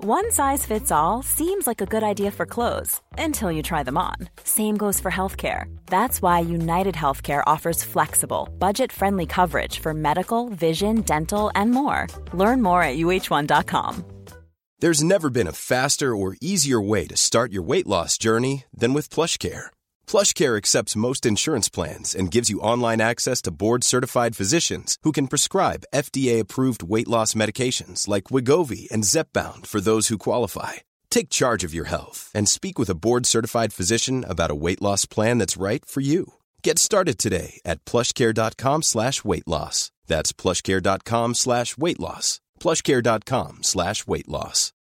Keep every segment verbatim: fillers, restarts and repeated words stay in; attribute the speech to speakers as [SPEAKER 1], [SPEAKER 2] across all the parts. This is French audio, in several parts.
[SPEAKER 1] One size fits all seems like a good idea for clothes until you try them on. Same goes for healthcare. That's why United Healthcare offers flexible, budget-friendly coverage for medical, vision, dental, and more. Learn more at U H one dot com.
[SPEAKER 2] There's never been a faster or easier way to start your weight loss journey than with PlushCare. PlushCare accepts most insurance plans and gives you online access to board-certified physicians who can prescribe F D A-approved weight loss medications like Wegovy and Zepbound for those who qualify. Take charge of your health and speak with a board-certified physician about a weight loss plan that's right for you. Get started today at plushcare.com slash weight loss. That's plushcare.com slash weight loss. plushcare.com slash weight loss.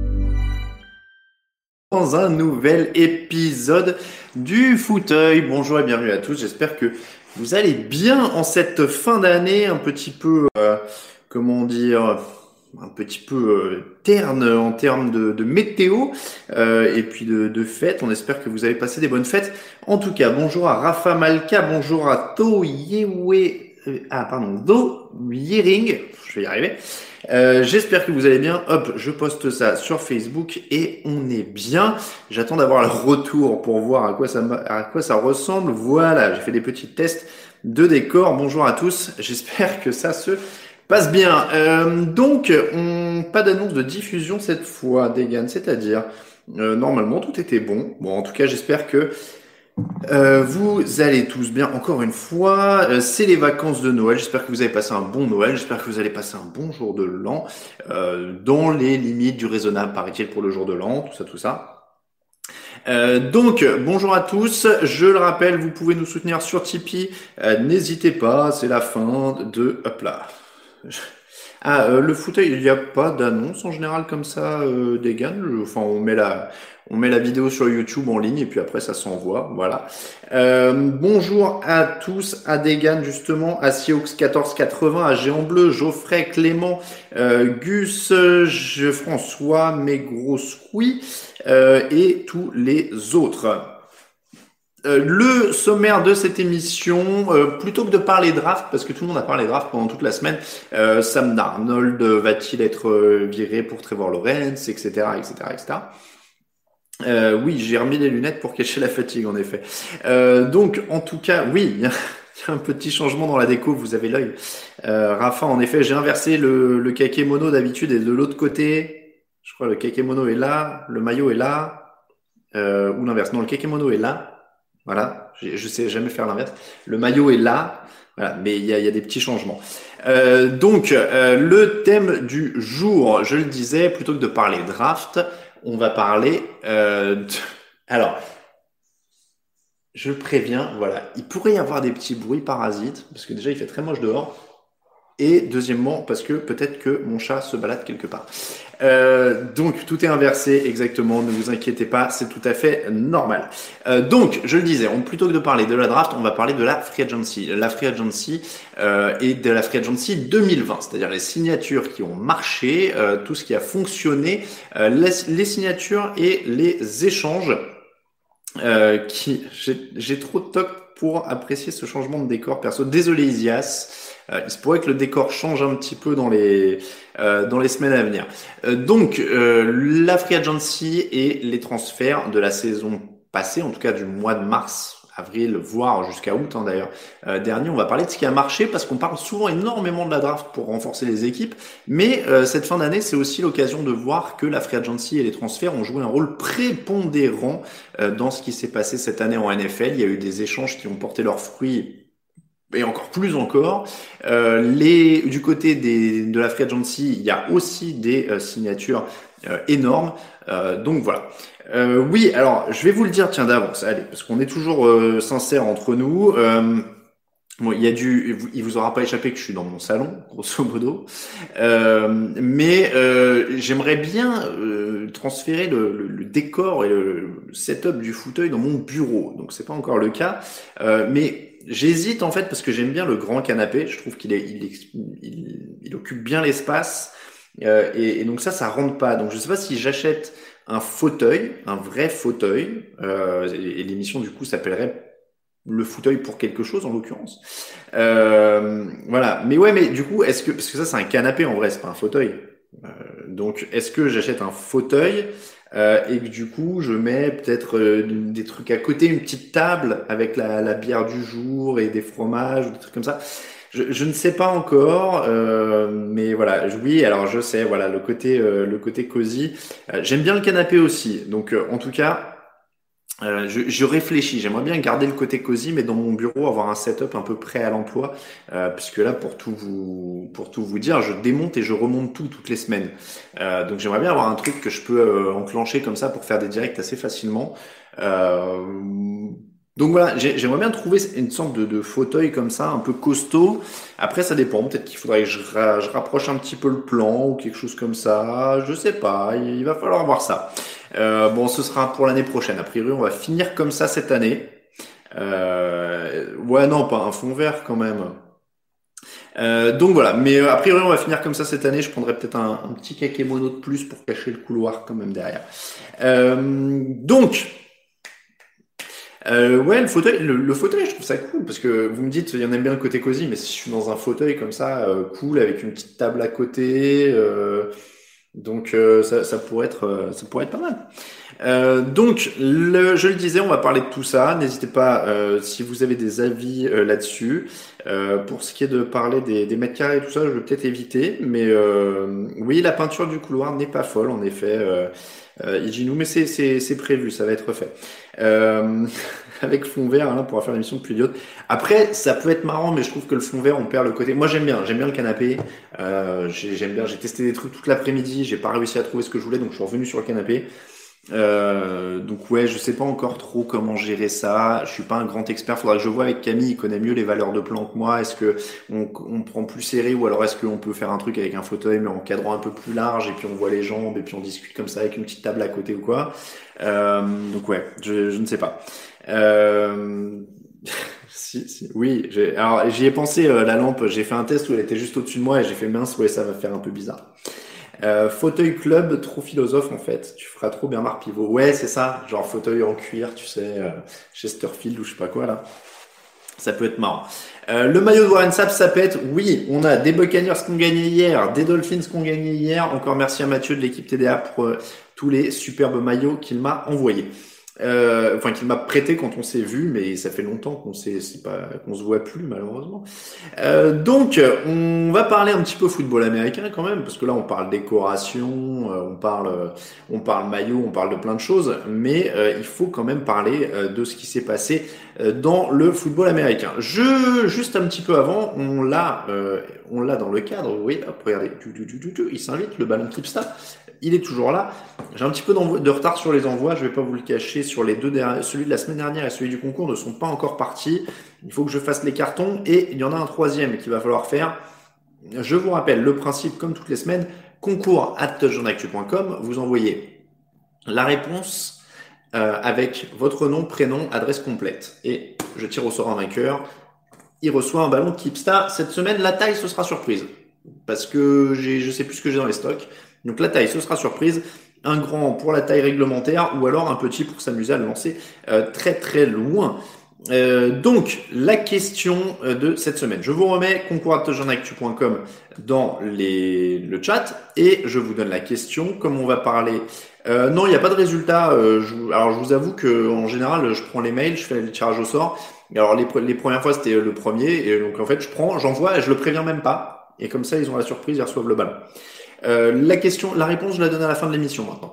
[SPEAKER 3] Dans un nouvel épisode du fauteuil. Bonjour et bienvenue à tous. J'espère que vous allez bien en cette fin d'année, un petit peu, euh, comment dire, un petit peu euh, terne en termes de, de météo euh, et puis de, de fêtes. On espère que vous avez passé des bonnes fêtes. En tout cas, bonjour à Rafa Malka, bonjour à To Yewe, euh, ah pardon, Do Yering. Je vais y arriver. Euh, j'espère que vous allez bien. Hop, je poste ça sur Facebook et on est bien. J'attends d'avoir le retour pour voir à quoi ça, à quoi ça ressemble. Voilà, j'ai fait des petits tests de décor. Bonjour à tous. J'espère que ça se passe bien. Euh, donc, on, pas d'annonce de diffusion cette fois, Degan. C'est-à-dire, euh, normalement, tout était bon. Bon, en tout cas, j'espère que Euh, vous allez tous bien, encore une fois, euh, c'est les vacances de Noël, j'espère que vous avez passé un bon Noël, j'espère que vous allez passer un bon jour de l'an, euh, dans les limites du raisonnable, paraît-il, pour le jour de l'an, tout ça, tout ça. Euh, donc, bonjour à tous, je le rappelle, vous pouvez nous soutenir sur Tipeee, euh, n'hésitez pas, c'est la fin de... Hop là. Ah, euh, le fauteuil, il n'y a pas d'annonce en général comme ça, euh, des gains. Enfin, on met la, on met la vidéo sur YouTube en ligne et puis après ça s'envoie, voilà. Euh, bonjour à tous, à Degan justement, à Sioux quatorze quatre-vingts, à Géant Bleu, Geoffrey, Clément, euh, Gus, je, François, mes gros squeaks, euh, et tous les autres. Euh, le sommaire de cette émission, euh, plutôt que de parler draft, parce que tout le monde a parlé draft pendant toute la semaine, euh, Sam Darnold va-t-il être euh, viré pour Trevor Lawrence, et cetera, et cetera, et cetera. Euh, oui, j'ai remis les lunettes pour cacher la fatigue, en effet. Euh, donc, en tout cas, oui, il y a un petit changement dans la déco, vous avez l'œil. Euh, Rafa, en effet, j'ai inversé le, le kakémono d'habitude et de l'autre côté, je crois le kakémono est là, le maillot est là, euh, ou l'inverse. Non, le kakémono est là. Voilà, je sais jamais faire l'inverse. Le maillot est là, voilà, mais il y a, il y a des petits changements. Euh, donc, euh, le thème du jour, je le disais, plutôt que de parler draft, on va parler... Euh, de... Alors, je préviens, voilà, il pourrait y avoir des petits bruits parasites, parce que déjà, il fait très moche dehors. Et deuxièmement, parce que peut-être que mon chat se balade quelque part. Euh, donc, tout est inversé, exactement. Ne vous inquiétez pas, c'est tout à fait normal. Euh, donc, je le disais, on, plutôt que de parler de la draft, on va parler de la free agency. La free agency euh, et de la free agency deux mille vingt, c'est-à-dire les signatures qui ont marché, euh, tout ce qui a fonctionné, euh, les, les signatures et les échanges. Euh, qui, j'ai, j'ai trop de toc pour apprécier ce changement de décor perso. Désolé Isias. Euh, il se pourrait que le décor change un petit peu dans les euh, dans les semaines à venir. Euh, donc euh, la free agency et les transferts de la saison passée, en tout cas du mois de mars, avril, voire jusqu'à août hein, d'ailleurs euh, dernier, on va parler de ce qui a marché parce qu'on parle souvent énormément de la draft pour renforcer les équipes, mais euh, cette fin d'année c'est aussi l'occasion de voir que la free agency et les transferts ont joué un rôle prépondérant euh, dans ce qui s'est passé cette année en N F L. Il y a eu des échanges qui ont porté leurs fruits. Et encore plus encore, euh, les du côté des de la free agency, il y a aussi des euh, signatures euh, énormes. Euh, donc voilà. Euh, oui, alors je vais vous le dire, tiens d'avance, allez, parce qu'on est toujours euh, sincère entre nous. Euh, bon, il y a du, il vous aura pas échappé que je suis dans mon salon, grosso modo. Euh, mais euh, j'aimerais bien euh, transférer le, le, le décor et le, le setup du fauteuil dans mon bureau. Donc c'est pas encore le cas, euh, mais j'hésite en fait parce que j'aime bien le grand canapé. Je trouve qu'il est, il, il, il occupe bien l'espace euh, et, et donc ça, ça rentre pas. Donc je sais pas si j'achète un fauteuil, un vrai fauteuil. Euh, et, et l'émission du coup s'appellerait le fauteuil pour quelque chose en l'occurrence. Euh, voilà. Mais ouais, mais du coup, est-ce que parce que ça c'est un canapé en vrai, c'est pas un fauteuil. Euh, donc, est-ce que j'achète un fauteuil euh, et que du coup, je mets peut-être euh, des trucs à côté, une petite table avec la, la bière du jour et des fromages ou des trucs comme ça. Je, je ne sais pas encore, euh, mais voilà. je- Oui, alors je sais, voilà, le côté, euh, le côté cosy. Euh, j'aime bien le canapé aussi. Donc, euh, en tout cas. Euh, je, je réfléchis, j'aimerais bien garder le côté cosy, mais dans mon bureau avoir un setup un peu prêt à l'emploi, euh, puisque là, pour tout vous, pour tout vous dire, je démonte et je remonte tout toutes les semaines. Euh, donc j'aimerais bien avoir un truc que je peux euh, enclencher comme ça pour faire des directs assez facilement. Euh, donc voilà, j'ai- j'aimerais bien trouver une sorte de, de fauteuil comme ça, un peu costaud. Après, ça dépend. Peut-être qu'il faudrait que je, ra- je rapproche un petit peu le plan ou quelque chose comme ça. Je sais pas. Il, il va falloir voir ça. Euh, bon, ce sera pour l'année prochaine. A priori, on va finir comme ça cette année. Euh, ouais, non, pas un fond vert quand même. Euh, donc voilà, mais euh, a priori, on va finir comme ça cette année. Je prendrai peut-être un, un petit kakémono de plus pour cacher le couloir quand même derrière. Euh, donc, euh, ouais, le fauteuil, le, le fauteuil, je trouve ça cool parce que vous me dites, il y en a bien le côté cosy, mais si je suis dans un fauteuil comme ça, euh, cool, avec une petite table à côté, euh, donc euh, ça, ça pourrait être, euh, ça pourrait être pas mal. Euh, donc, le, je le disais, on va parler de tout ça. N'hésitez pas euh, si vous avez des avis euh, là-dessus. Euh, pour ce qui est de parler des, des mètres carrés et tout ça, je vais peut-être éviter. Mais euh, oui, la peinture du couloir n'est pas folle, en effet. Euh, euh, Ijinou, mais c'est c'est c'est prévu, ça va être fait. Euh, avec fond vert, hein, on pourra faire l'émission de plus idiote. Après, ça peut être marrant, mais je trouve que le fond vert, on perd le côté. Moi, j'aime bien, j'aime bien le canapé. Euh, j'ai- j'aime bien. J'ai testé des trucs toute l'après-midi. J'ai pas réussi à trouver ce que je voulais, donc je suis revenu sur le canapé. Euh, donc ouais, je sais pas encore trop comment gérer ça. Je suis pas un grand expert. Faudra que je vois avec Camille. Il connaît mieux les valeurs de plan que moi. Est-ce que on, on prend plus serré ou alors est-ce qu'on peut faire un truc avec un fauteuil mais en cadrant un peu plus large et puis on voit les jambes et puis on discute comme ça avec une petite table à côté ou quoi. Euh, donc ouais, je, je ne sais pas. Euh, si, si, oui. J'ai, alors j'y ai pensé euh, la lampe. J'ai fait un test où elle était juste au-dessus de moi et j'ai fait mince. Ouais, ça va faire un peu bizarre. Euh, fauteuil club, trop philosophe en fait. Tu feras trop Bernard Pivot. Ouais, c'est ça. Genre fauteuil en cuir, tu sais, euh, Chesterfield ou je sais pas quoi là. Ça peut être marrant. Euh, le maillot de Warren Sapp, ça pète. Oui, on a des Buccaneers qui ont gagné hier, des Dolphins qui ont gagné hier. Encore merci à Mathieu de l'équipe T D A pour euh, tous les superbes maillots qu'il m'a envoyés. Euh, enfin, qu'il m'a prêté quand on s'est vu, mais ça fait longtemps qu'on s'est, c'est pas, qu'on se voit plus malheureusement. Euh, donc, on va parler un petit peu football américain quand même, parce que là, on parle décoration, euh, on parle, euh, on parle maillot, on parle de plein de choses, mais euh, il faut quand même parler euh, de ce qui s'est passé euh, dans le football américain. Je, juste un petit peu avant, on l'a, euh, on l'a dans le cadre. Oui, hop, regardez, tu, tu, tu, tu, tu, il s'invite, le ballon Tripsta. Il est toujours là. J'ai un petit peu de retard sur les envois, je vais pas vous le cacher, sur les deux derniers, celui de la semaine dernière et celui du concours ne sont pas encore partis. Il faut que je fasse les cartons et il y en a un troisième qu'il va falloir faire. Je vous rappelle le principe comme toutes les semaines, concours arobase touchdownactu point com, vous envoyez la réponse euh, avec votre nom, prénom, adresse complète et je tire au sort un vainqueur. Il reçoit un ballon de Keepstar. Cette semaine, la taille, ce sera surprise parce que j'ai, je sais plus ce que j'ai dans les stocks. Donc la taille, ce sera surprise. Un grand pour la taille réglementaire ou alors un petit pour s'amuser à le lancer euh, très très loin. Euh, donc la question euh, de cette semaine. Je vous remets concours arobase touchdownactu point com dans les, le chat et je vous donne la question. Comme on va parler... Euh, non, il n'y a pas de résultat. Euh, je, alors je vous avoue que en général, je prends les mails, je fais le tirage au sort. Alors les, les premières fois, c'était le premier. Et donc en fait, je prends, j'envoie et je le préviens même pas. Et comme ça, ils ont la surprise, ils reçoivent le ballon. Euh, la question, la réponse, je la donne à la fin de l'émission maintenant.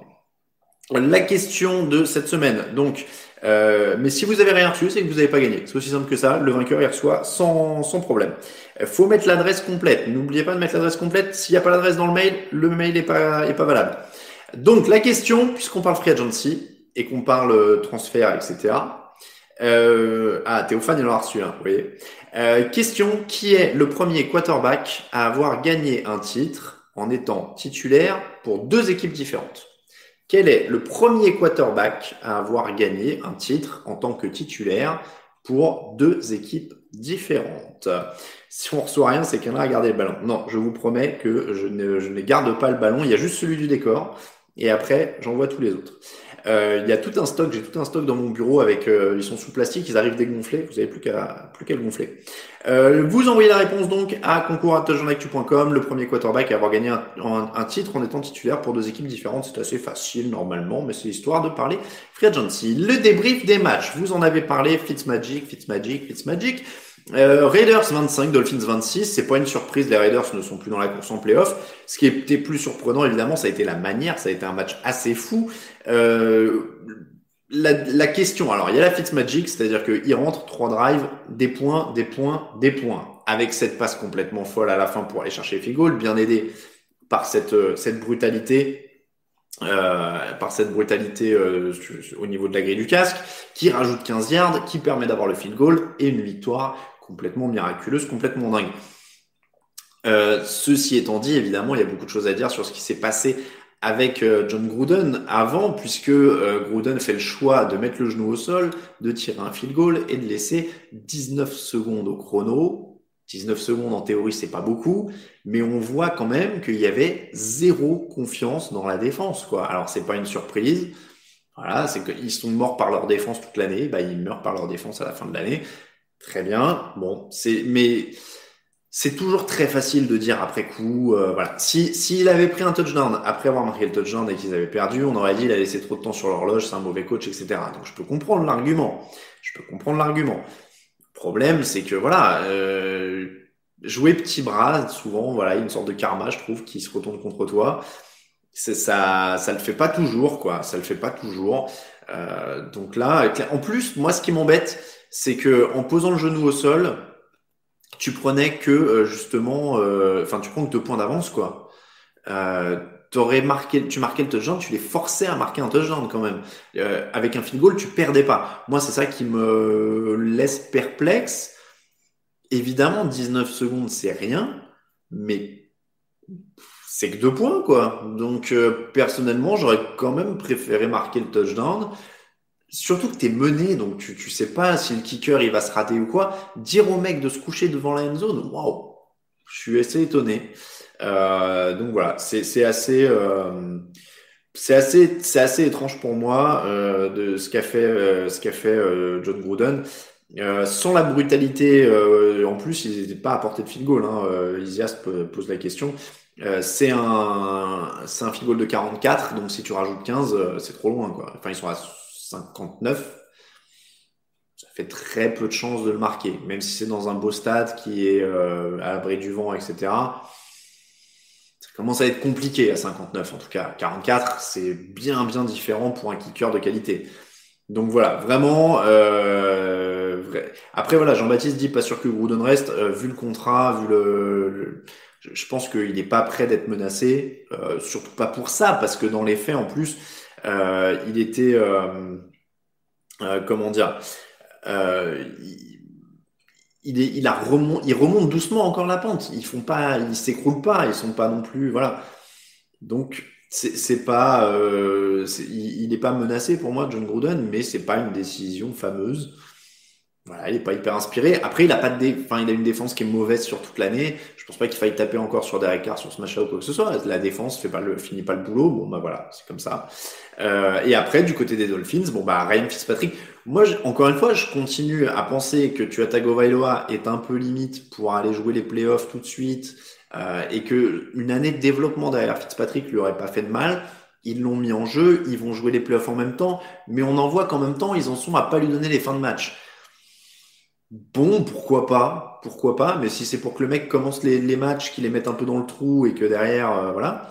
[SPEAKER 3] La question de cette semaine. Donc, euh, mais si vous avez rien reçu, c'est que vous n'avez pas gagné. C'est aussi simple que ça. Le vainqueur, il reçoit sans, sans problème. Il faut mettre l'adresse complète. N'oubliez pas de mettre l'adresse complète. S'il n'y a pas l'adresse dans le mail, le mail est pas, est pas valable. Donc, la question, puisqu'on parle free agency et qu'on parle transfert, et cetera. Euh, ah, Théophane, il en a reçu un, vous voyez. Euh, question, qui est le premier quarterback à avoir gagné un titre en étant titulaire pour deux équipes différentes? Quel est le premier quarterback à avoir gagné un titre en tant que titulaire pour deux équipes différentes? Si on reçoit rien, c'est qu'un a gardé le ballon. Non, je vous promets que je ne, je ne garde pas le ballon. Il y a juste celui du décor. et après, j'envoie tous les autres. Euh, il y a tout un stock, j'ai tout un stock dans mon bureau avec, euh, ils sont sous plastique, ils arrivent dégonflés, vous avez plus qu'à, plus qu'à le gonfler. Euh, vous envoyez la réponse donc à concours arobase touchdown actu point com, le premier quarterback à avoir gagné un, un, un titre en étant titulaire pour deux équipes différentes. C'est assez facile normalement, mais c'est histoire de parler free agency. Le débrief des matchs, vous en avez parlé, Fitzmagic, Fitzmagic, Fitzmagic. Euh, Raiders vingt-cinq, Dolphins vingt-six, c'est pas une surprise, les Raiders ne sont plus dans la course en playoff. Ce qui était plus surprenant, évidemment, ça a été la manière, ça a été un match assez fou. Euh, la, la question, alors il y a la Fitzmagic, c'est-à-dire qu'il rentre trois drives, des points, des points, des points, avec cette passe complètement folle à la fin pour aller chercher field goal, bien aidé par cette cette brutalité. Euh, par cette brutalité euh, au niveau de la grille du casque, qui rajoute quinze yards, qui permet d'avoir le field goal et une victoire complètement miraculeuse, complètement dingue. Euh, ceci étant dit, évidemment, il y a beaucoup de choses à dire sur ce qui s'est passé avec euh, John Gruden avant, puisque euh, Gruden fait le choix de mettre le genou au sol, de tirer un field goal et de laisser dix-neuf secondes au chrono. dix-neuf secondes en théorie, c'est pas beaucoup, mais on voit quand même qu'il y avait zéro confiance dans la défense, quoi. Alors c'est pas une surprise, voilà, c'est qu'ils sont morts par leur défense toute l'année, bah ils meurent par leur défense à la fin de l'année. Très bien, bon, c'est mais c'est toujours très facile de dire après coup, euh, voilà. Si s'il avait pris un touchdown après avoir marqué le touchdown et qu'ils avaient perdu, on aurait dit il a laissé trop de temps sur l'horloge, c'est un mauvais coach, et cetera. Donc je peux comprendre l'argument, je peux comprendre l'argument. Le problème, c'est que voilà, euh, jouer petit bras, souvent, voilà, il y a une sorte de karma, je trouve, qui se retourne contre toi. C'est ça, ça le fait pas toujours, quoi. Ça le fait pas toujours. Euh, donc là, en plus, moi, ce qui m'embête, c'est que en posant le genou au sol, tu prenais que euh, justement, enfin, euh, tu prends que deux points d'avance, quoi. Euh, T'aurais marqué, tu marquais le touchdown, tu les forçais à marquer un touchdown quand même. Euh, avec un field goal, tu perdais pas. Moi, c'est ça qui me laisse perplexe. Évidemment, dix-neuf secondes, c'est rien, mais c'est que deux points, quoi. Donc, euh, personnellement, j'aurais quand même préféré marquer le touchdown. Surtout que t'es mené, donc tu, tu sais pas si le kicker, il va se rater ou quoi. Dire au mec de se coucher devant la end zone, waouh, je suis assez étonné. Euh, donc voilà, c'est, c'est assez, euh, c'est assez, c'est assez étrange pour moi euh, de ce qu'a fait, euh, ce qu'a fait euh, John Gruden. Euh, sans la brutalité, euh, en plus, ils n'étaient pas à portée de field goal. Hein, euh, Isias pose la question. Euh, c'est un, c'est un field goal de quarante-quatre, donc si tu rajoutes quinze, euh, c'est trop loin, quoi. Enfin, ils sont à cinquante-neuf. Ça fait très peu de chances de le marquer, même si c'est dans un beau stade qui est euh, à l'abri du vent, et cetera. Ça commence à être compliqué à cinquante-neuf, en tout cas. quarante-quatre, c'est bien, bien différent pour un kicker de qualité. Donc voilà, vraiment. Euh, vrai. Après voilà, Jean-Baptiste dit pas sûr que Gruden reste. Euh, vu le contrat, vu le, le je pense qu'il n'est pas prêt d'être menacé. Euh, surtout pas pour ça, parce que dans les faits, en plus, euh, il était, euh, euh, comment dire, euh, il, il, est, il a remont, il remonte doucement encore la pente. Ils font pas, ils s'écroulent pas, ils sont pas non plus, voilà. Donc c'est, c'est pas, euh, c'est, il n'est pas menacé pour moi, John Gruden, mais c'est pas une décision fameuse. Voilà, il est pas hyper inspiré. Après, il a pas de, dé... enfin, il a une défense qui est mauvaise sur toute l'année. Je pense pas qu'il faille taper encore sur Derek Carr sur ce match-là ou quoi que ce soit. La défense fait pas le, finit pas le boulot. Bon, bah voilà, c'est comme ça. Euh, et après, du côté des Dolphins, bon bah Ryan Fitzpatrick. Moi, je, encore une fois, je continue à penser que Tua Tagovailoa est un peu limite pour aller jouer les playoffs tout de suite, euh, et que une année de développement derrière Fitzpatrick lui aurait pas fait de mal. Ils l'ont mis en jeu, ils vont jouer les playoffs en même temps, mais on en voit qu'en même temps, ils en sont à pas lui donner les fins de match. Bon, pourquoi pas, pourquoi pas, mais si c'est pour que le mec commence les, les matchs, qu'il les mette un peu dans le trou et que derrière, euh, voilà,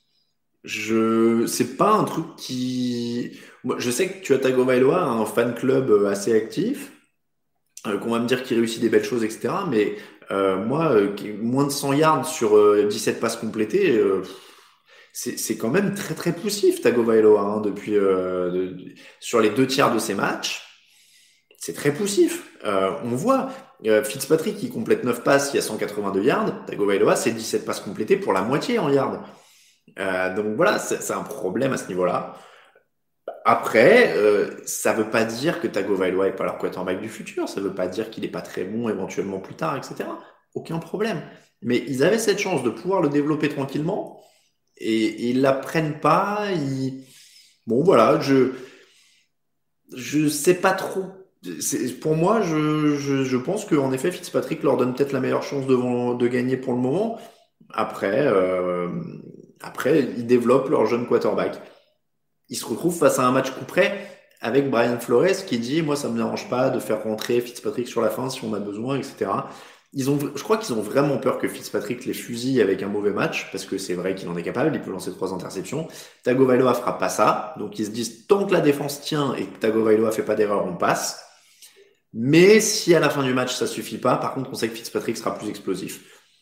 [SPEAKER 3] je, c'est pas un truc qui, moi, je sais que tu as Tagovailoa, un fan club euh, assez actif, euh, qu'on va me dire qu'il réussit des belles choses, et cetera. Mais euh, moi, euh, moins de cent yards sur euh, dix-sept passes complétées, euh, c'est, c'est quand même très très poussif, Tagovailoa, hein, depuis euh, de, de, sur les deux tiers de ses matchs. C'est très poussif. Euh, on voit euh, Fitzpatrick qui complète neuf passes, il y a cent quatre-vingt-deux yards. Tagovailoa, c'est dix-sept passes complétées pour la moitié en yards. Euh, donc voilà, c'est, c'est un problème à ce niveau-là. Après, euh, ça veut pas dire que Tagovailoa est pas leur quarterback du futur. Ça veut pas dire qu'il est pas très bon éventuellement plus tard, et cetera. Aucun problème. Mais ils avaient cette chance de pouvoir le développer tranquillement. et, et ils la prennent pas. Ils... Bon, voilà, je je sais pas trop. C'est, pour moi, je, je, je pense qu'en effet, Fitzpatrick leur donne peut-être la meilleure chance de, de gagner pour le moment. Après, euh, après, ils développent leur jeune quarterback. Ils se retrouvent face à un match coup près avec Brian Flores qui dit, moi, ça me dérange pas de faire rentrer Fitzpatrick sur la fin si on a besoin, et cetera. Ils ont, je crois qu'ils ont vraiment peur que Fitzpatrick les fusille avec un mauvais match, parce que c'est vrai qu'il en est capable, il peut lancer trois interceptions. Tagovailoa fera pas ça, donc ils se disent, tant que la défense tient et que Tagovailoa fait pas d'erreur, on passe. Mais si à la fin du match ça suffit pas, par contre on sait que Fitzpatrick sera plus explosif.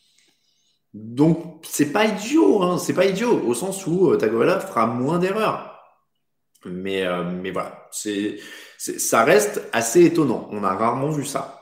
[SPEAKER 3] Donc c'est pas idiot, hein, c'est pas idiot, au sens où euh, Tagovailoa fera moins d'erreurs. Mais, euh, mais voilà, c'est, c'est, ça reste assez étonnant. On a rarement vu ça.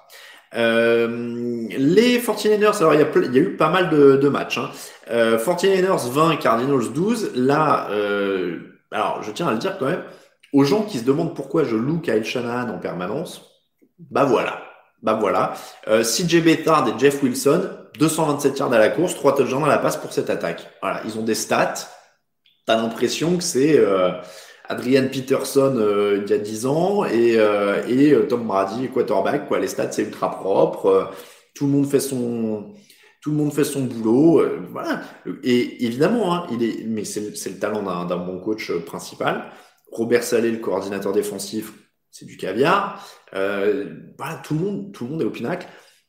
[SPEAKER 3] Euh, les forty-niners, alors il y a, il y a eu pas mal de, de matchs. Hein. Euh, forty-niners vingt, Cardinals douze. Là, euh, alors je tiens à le dire quand même, aux gens qui se demandent pourquoi je loue Kyle Shanahan en permanence, bah voilà, bah voilà. Euh, C J Beathard et Jeff Wilson, deux cent vingt-sept yards à la course, trois touchdowns à la passe pour cette attaque. Voilà, ils ont des stats. T'as l'impression que c'est euh, Adrian Peterson euh, il y a dix ans et, euh, et euh, Tom Brady quarterback, quoi. Les stats c'est ultra propre, euh, tout le monde fait son tout le monde fait son boulot, euh, voilà. Et évidemment, hein, il est, mais c'est, c'est le talent d'un, d'un bon coach euh, principal. Robert Saleh, le coordinateur défensif, c'est du caviar. Euh, voilà, tout le monde, tout le monde est au pinacle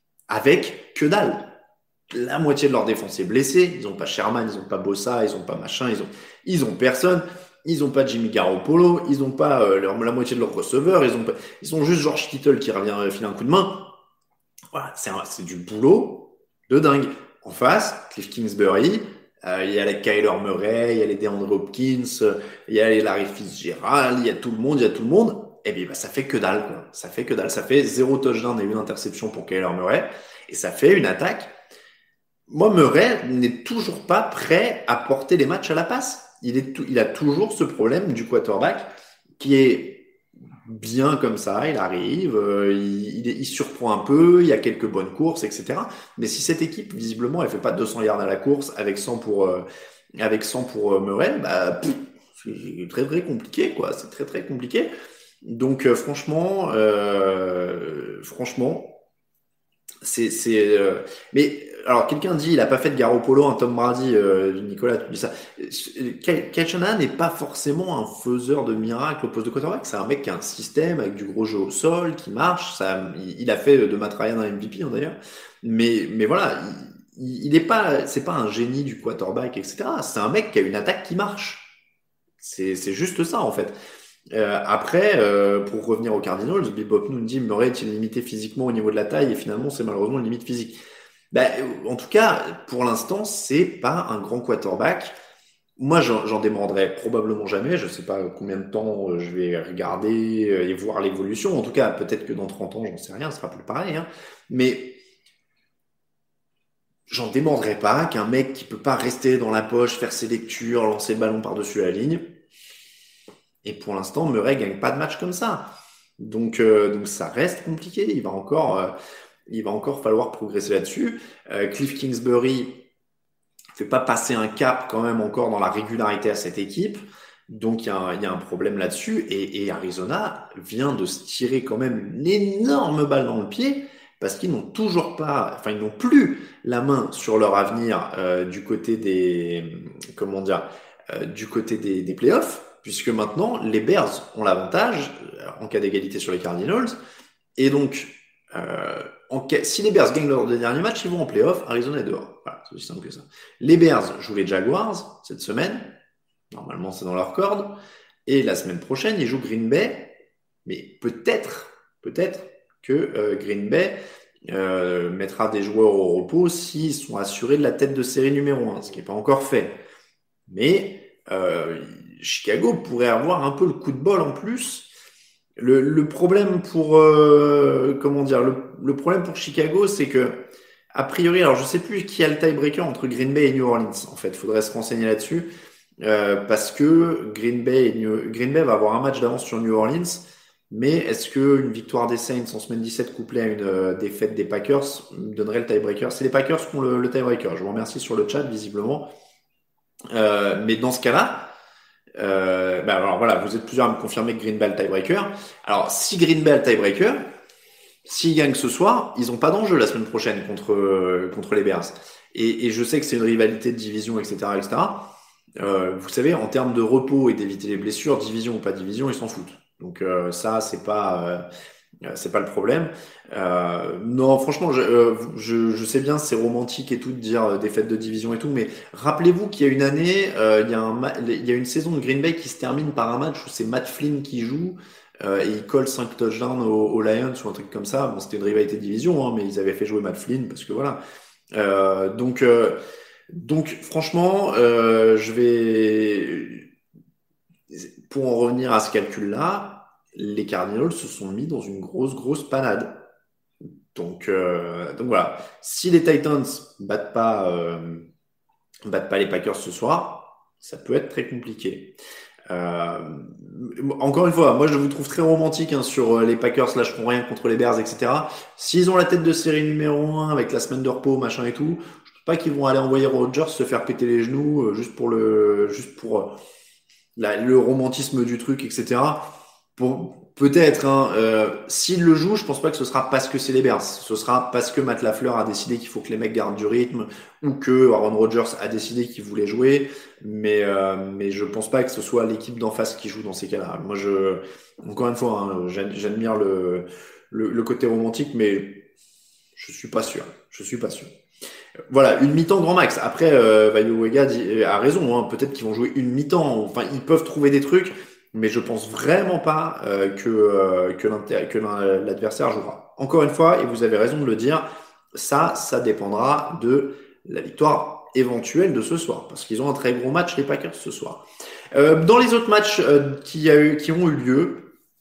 [SPEAKER 3] avec que dalle. La moitié de leur défense est blessée. Ils ont pas Sherman, ils ont pas Bossa, ils ont pas machin, ils ont, ils ont personne. Ils ont pas Jimmy Garoppolo, ils ont pas euh, leur, la moitié de leurs receveurs, ils ont pas, ils ont juste George Kittle qui revient euh, filer un coup de main. Voilà, c'est, un, c'est du boulot de dingue. En face, Cliff Kingsbury, euh, il y a les Kyler Murray, il y a les DeAndre Hopkins, euh, il y a les Larry Fitzgerald, il y a tout le monde, il y a tout le monde. Et bien, bah, ça fait que dalle, quoi. Ça fait que dalle. Ça fait zéro touchdown et une interception pour Kyler Murray. Et ça fait une attaque. Moi, Murray n'est toujours pas prêt à porter les matchs à la passe. Il, est tout, il a toujours ce problème du quarterback qui est bien comme ça, il arrive, euh, il, il, il surprend un peu, il y a quelques bonnes courses, et cetera. Mais si cette équipe, visiblement, elle fait pas deux cents yards à la course avec cent pour, euh, avec cent pour euh, Murray, bah, pff, c'est très très compliqué, quoi. C'est très très compliqué. Donc, euh, franchement, euh, franchement, c'est, c'est, euh, mais alors quelqu'un dit il a pas fait de Garoppolo un Tom Brady, euh, Nicolas, tu dis ça. Kyle Shanahan n'est pas forcément un faiseur de miracles au poste de quarterback. C'est un mec qui a un système avec du gros jeu au sol qui marche. Ça, il, il a fait de Matt Ryan un M V P hein, d'ailleurs. Mais, mais voilà, il, il est pas, c'est pas un génie du quarterback, et cetera. C'est un mec qui a une attaque qui marche. C'est, c'est juste ça en fait. Euh, après, euh, pour revenir aux Cardinals, Bebop nous dit Murray est-il limité physiquement au niveau de la taille et finalement c'est malheureusement une limite physique. Ben, en tout cas, pour l'instant, c'est pas un grand quarterback. Moi, j'en, j'en demanderai probablement jamais. Je sais pas combien de temps je vais regarder et voir l'évolution. En tout cas, peut-être que dans trente ans, j'en sais rien, ce sera plus pareil. Hein. Mais j'en demanderai pas qu'un mec qui peut pas rester dans la poche, faire ses lectures, lancer le ballon par-dessus la ligne. Et pour l'instant, Murray gagne pas de match comme ça. Donc, euh, donc ça reste compliqué. Il va encore, euh, il va encore falloir progresser là-dessus. Euh, Cliff Kingsbury fait pas passer un cap quand même encore dans la régularité à cette équipe. Donc il y a un, il y a un problème là-dessus. Et, et Arizona vient de se tirer quand même une énorme balle dans le pied parce qu'ils n'ont toujours pas, enfin ils n'ont plus la main sur leur avenir euh, du côté des, comment dire, euh, du côté des, des playoffs. Puisque maintenant, les Bears ont l'avantage en cas d'égalité sur les Cardinals. Et donc, euh, en cas, si les Bears gagnent leurs deux derniers matchs, ils vont en playoff, Arizona est dehors. Voilà, c'est aussi simple que ça. Les Bears jouent les Jaguars cette semaine. Normalement, c'est dans leur corde. Et la semaine prochaine, ils jouent Green Bay. Mais peut-être, peut-être que euh, Green Bay euh, mettra des joueurs au repos s'ils sont assurés de la tête de série numéro un, ce qui n'est pas encore fait. Mais... Euh, Chicago pourrait avoir un peu le coup de bol en plus. Le, le problème pour euh, comment dire, le, le problème pour Chicago, c'est que a priori, alors je sais plus qui a le tiebreaker entre Green Bay et New Orleans. En fait, il faudrait se renseigner là-dessus euh, parce que Green Bay, et New, Green Bay va avoir un match d'avance sur New Orleans. Mais est-ce que une victoire des Saints en semaine dix-sept couplée à une euh, défaite des Packers me donnerait le tiebreaker? C'est les Packers qui ont le, le tiebreaker. Je vous remercie sur le chat visiblement. Euh, mais dans ce cas-là, euh, bah alors voilà, vous êtes plusieurs à me confirmer que Green Bay le tiebreaker. Alors si Green Bay le tiebreaker, s'ils gagnent ce soir, ils ont pas d'enjeu la semaine prochaine contre euh, contre les Bears. Et, et je sais que c'est une rivalité de division, et cetera, et cetera. Euh, vous savez, en termes de repos et d'éviter les blessures, division ou pas division, ils s'en foutent. Donc euh, ça, c'est pas euh, euh, c'est pas le problème. Euh, non, franchement, je, euh, je, je sais bien, c'est romantique et tout de dire euh, des fêtes de division et tout, mais rappelez-vous qu'il y a une année, euh, il y a un, ma- il y a une saison de Green Bay qui se termine par un match où c'est Matt Flynn qui joue euh, et il colle cinq touchdowns aux, aux Lions ou un truc comme ça. Bon, c'était une rivalité de division, hein, mais ils avaient fait jouer Matt Flynn parce que voilà. Euh, donc, euh, donc franchement, euh, je vais pour en revenir à ce calcul-là, les Cardinals se sont mis dans une grosse, grosse panade. Donc, euh, donc voilà. Si les Titans battent pas, euh, battent pas les Packers ce soir, ça peut être très compliqué. Euh, encore une fois, moi je vous trouve très romantique hein, sur euh, les Packers lâcheront rien contre les Bears, et cetera. S'ils ont la tête de série numéro un avec la semaine de repos, machin et tout, je pense pas qu'ils vont aller envoyer Rodgers se faire péter les genoux euh, juste pour le, juste pour euh, la- le romantisme du truc, et cetera. Pour, peut-être, hein, euh, s'il le joue, je pense pas que ce sera parce que c'est les Bears. Ce sera parce que Matt LaFleur a décidé qu'il faut que les mecs gardent du rythme ou que Aaron Rodgers a décidé qu'il voulait jouer. Mais, euh, mais je pense pas que ce soit l'équipe d'en face qui joue dans ces cas-là. Moi, je, encore une fois, hein, j'ad- j'admire le, le, le côté romantique, mais je suis pas sûr. Je suis pas sûr. Voilà, une mi-temps grand max. Après, euh, Vega a raison. Hein, peut-être qu'ils vont jouer une mi-temps. Enfin, ils peuvent trouver des trucs, mais je pense vraiment pas euh, que euh, que l'inter- que l'in- l'adversaire jouera. Encore une fois, et vous avez raison de le dire, ça, ça dépendra de la victoire éventuelle de ce soir, parce qu'ils ont un très gros match les Packers ce soir. Euh, dans les autres matchs euh, qui, a eu, qui ont eu lieu,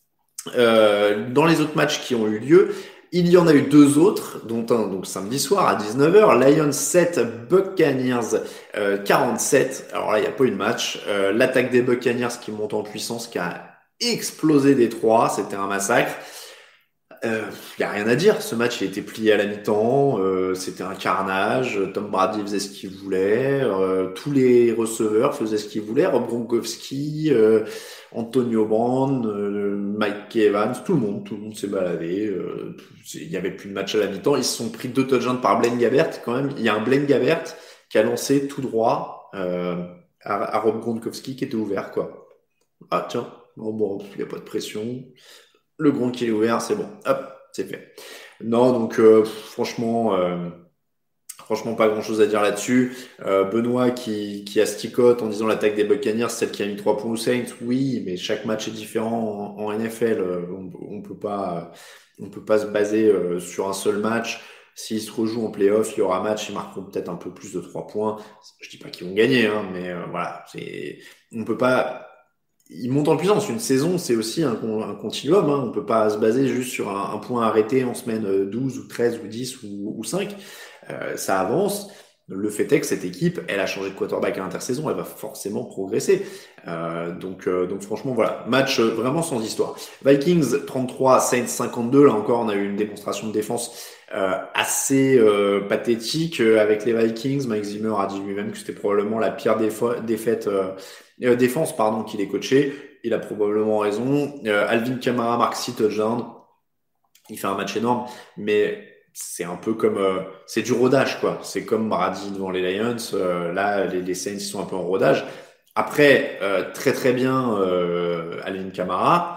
[SPEAKER 3] euh, dans les autres matchs qui ont eu lieu, il y en a eu deux autres, dont un donc samedi soir à dix-neuf heures, Lions sept, Buccaneers euh, quarante-sept. Alors là, il n'y a pas eu de match. Euh, l'attaque des Buccaneers qui monte en puissance, qui a explosé Détroit, c'était un massacre. Il euh, y a rien à dire. Ce match a été plié à la mi-temps. Euh, c'était un carnage. Tom Brady faisait ce qu'il voulait. Euh, tous les receveurs faisaient ce qu'ils voulaient. Rob Gronkowski, euh, Antonio Brown, euh, Mike Evans, tout le monde, tout le monde s'est baladé. Euh, Il y avait plus de match à la mi-temps. Ils se sont pris deux touchdowns par Blaine Gabbert. Quand même, il y a un Blaine Gabbert qui a lancé tout droit euh, à, à Rob Gronkowski qui était ouvert, quoi. Ah tiens, bon bon, il n'y a pas de pression. Le Gronk qui est ouvert, c'est bon. Hop, c'est fait. Non, donc euh, franchement, euh, franchement pas grand-chose à dire là-dessus. Euh, Benoît qui, qui asticote en disant l'attaque des Buccaneers, celle qui a mis trois points aux Saints. Oui, mais chaque match est différent en, en N F L. Euh, On, on peut pas, on peut pas se baser euh, sur un seul match. S'ils se rejouent en playoff, il y aura match, ils marqueront peut-être un peu plus de trois points. Je dis pas qu'ils vont gagner, hein, mais euh, voilà, c'est, on peut pas. Il monte en puissance. Une saison, c'est aussi un, un continuum. Hein. On peut pas se baser juste sur un, un point arrêté en semaine douze ou treize ou dix ou, ou cinq. Euh, ça avance. Le fait est que cette équipe, elle a changé de quarterback à l'intersaison, elle va forcément progresser. Euh, donc, euh, donc franchement, voilà, match vraiment sans histoire. Vikings trente-trois, Saints cinquante-deux. Là encore, on a eu une démonstration de défense euh, assez euh, pathétique euh, avec les Vikings. Mike Zimmer a dit lui-même que c'était probablement la pire défa- défaite euh, euh, défense pardon qu'il est coché. Il a probablement raison. Euh, Alvin Kamara marque six touchdowns. Il fait un match énorme, mais c'est un peu comme euh, c'est du rodage quoi. C'est comme Brady devant les Lions. Euh, là, les, les Saints ils sont un peu en rodage. Après, euh, très très bien euh, Alvin Kamara.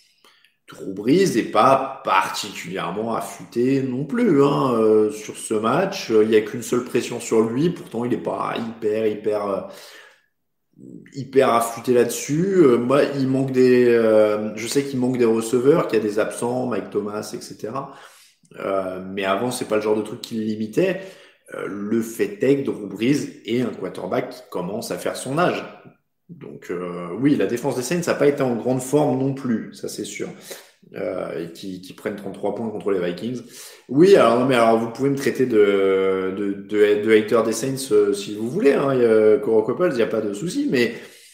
[SPEAKER 3] Drew Brees n'est pas particulièrement affûté non plus hein, euh, sur ce match. Il n'y a qu'une seule pression sur lui. Pourtant, il n'est pas hyper hyper euh, hyper affûté là-dessus. Euh, moi, il manque des. Euh, je sais qu'il manque des receveurs, qu'il y a des absents, Mike Thomas, et cetera. Euh, mais avant, c'est pas le genre de truc qui le limitait. Euh, le fait est que Drew Brees est un quarterback qui commence à faire son âge. Donc euh, oui, la défense des Saints n'a pas été en grande forme non plus, ça c'est sûr. Euh, et qui, qui prennent trente-trois points contre les Vikings. Oui, alors non mais alors vous pouvez me traiter de de de, de hater des Saints euh, si vous voulez. Hein, il y a Coro Coppels, il y a pas de souci, mais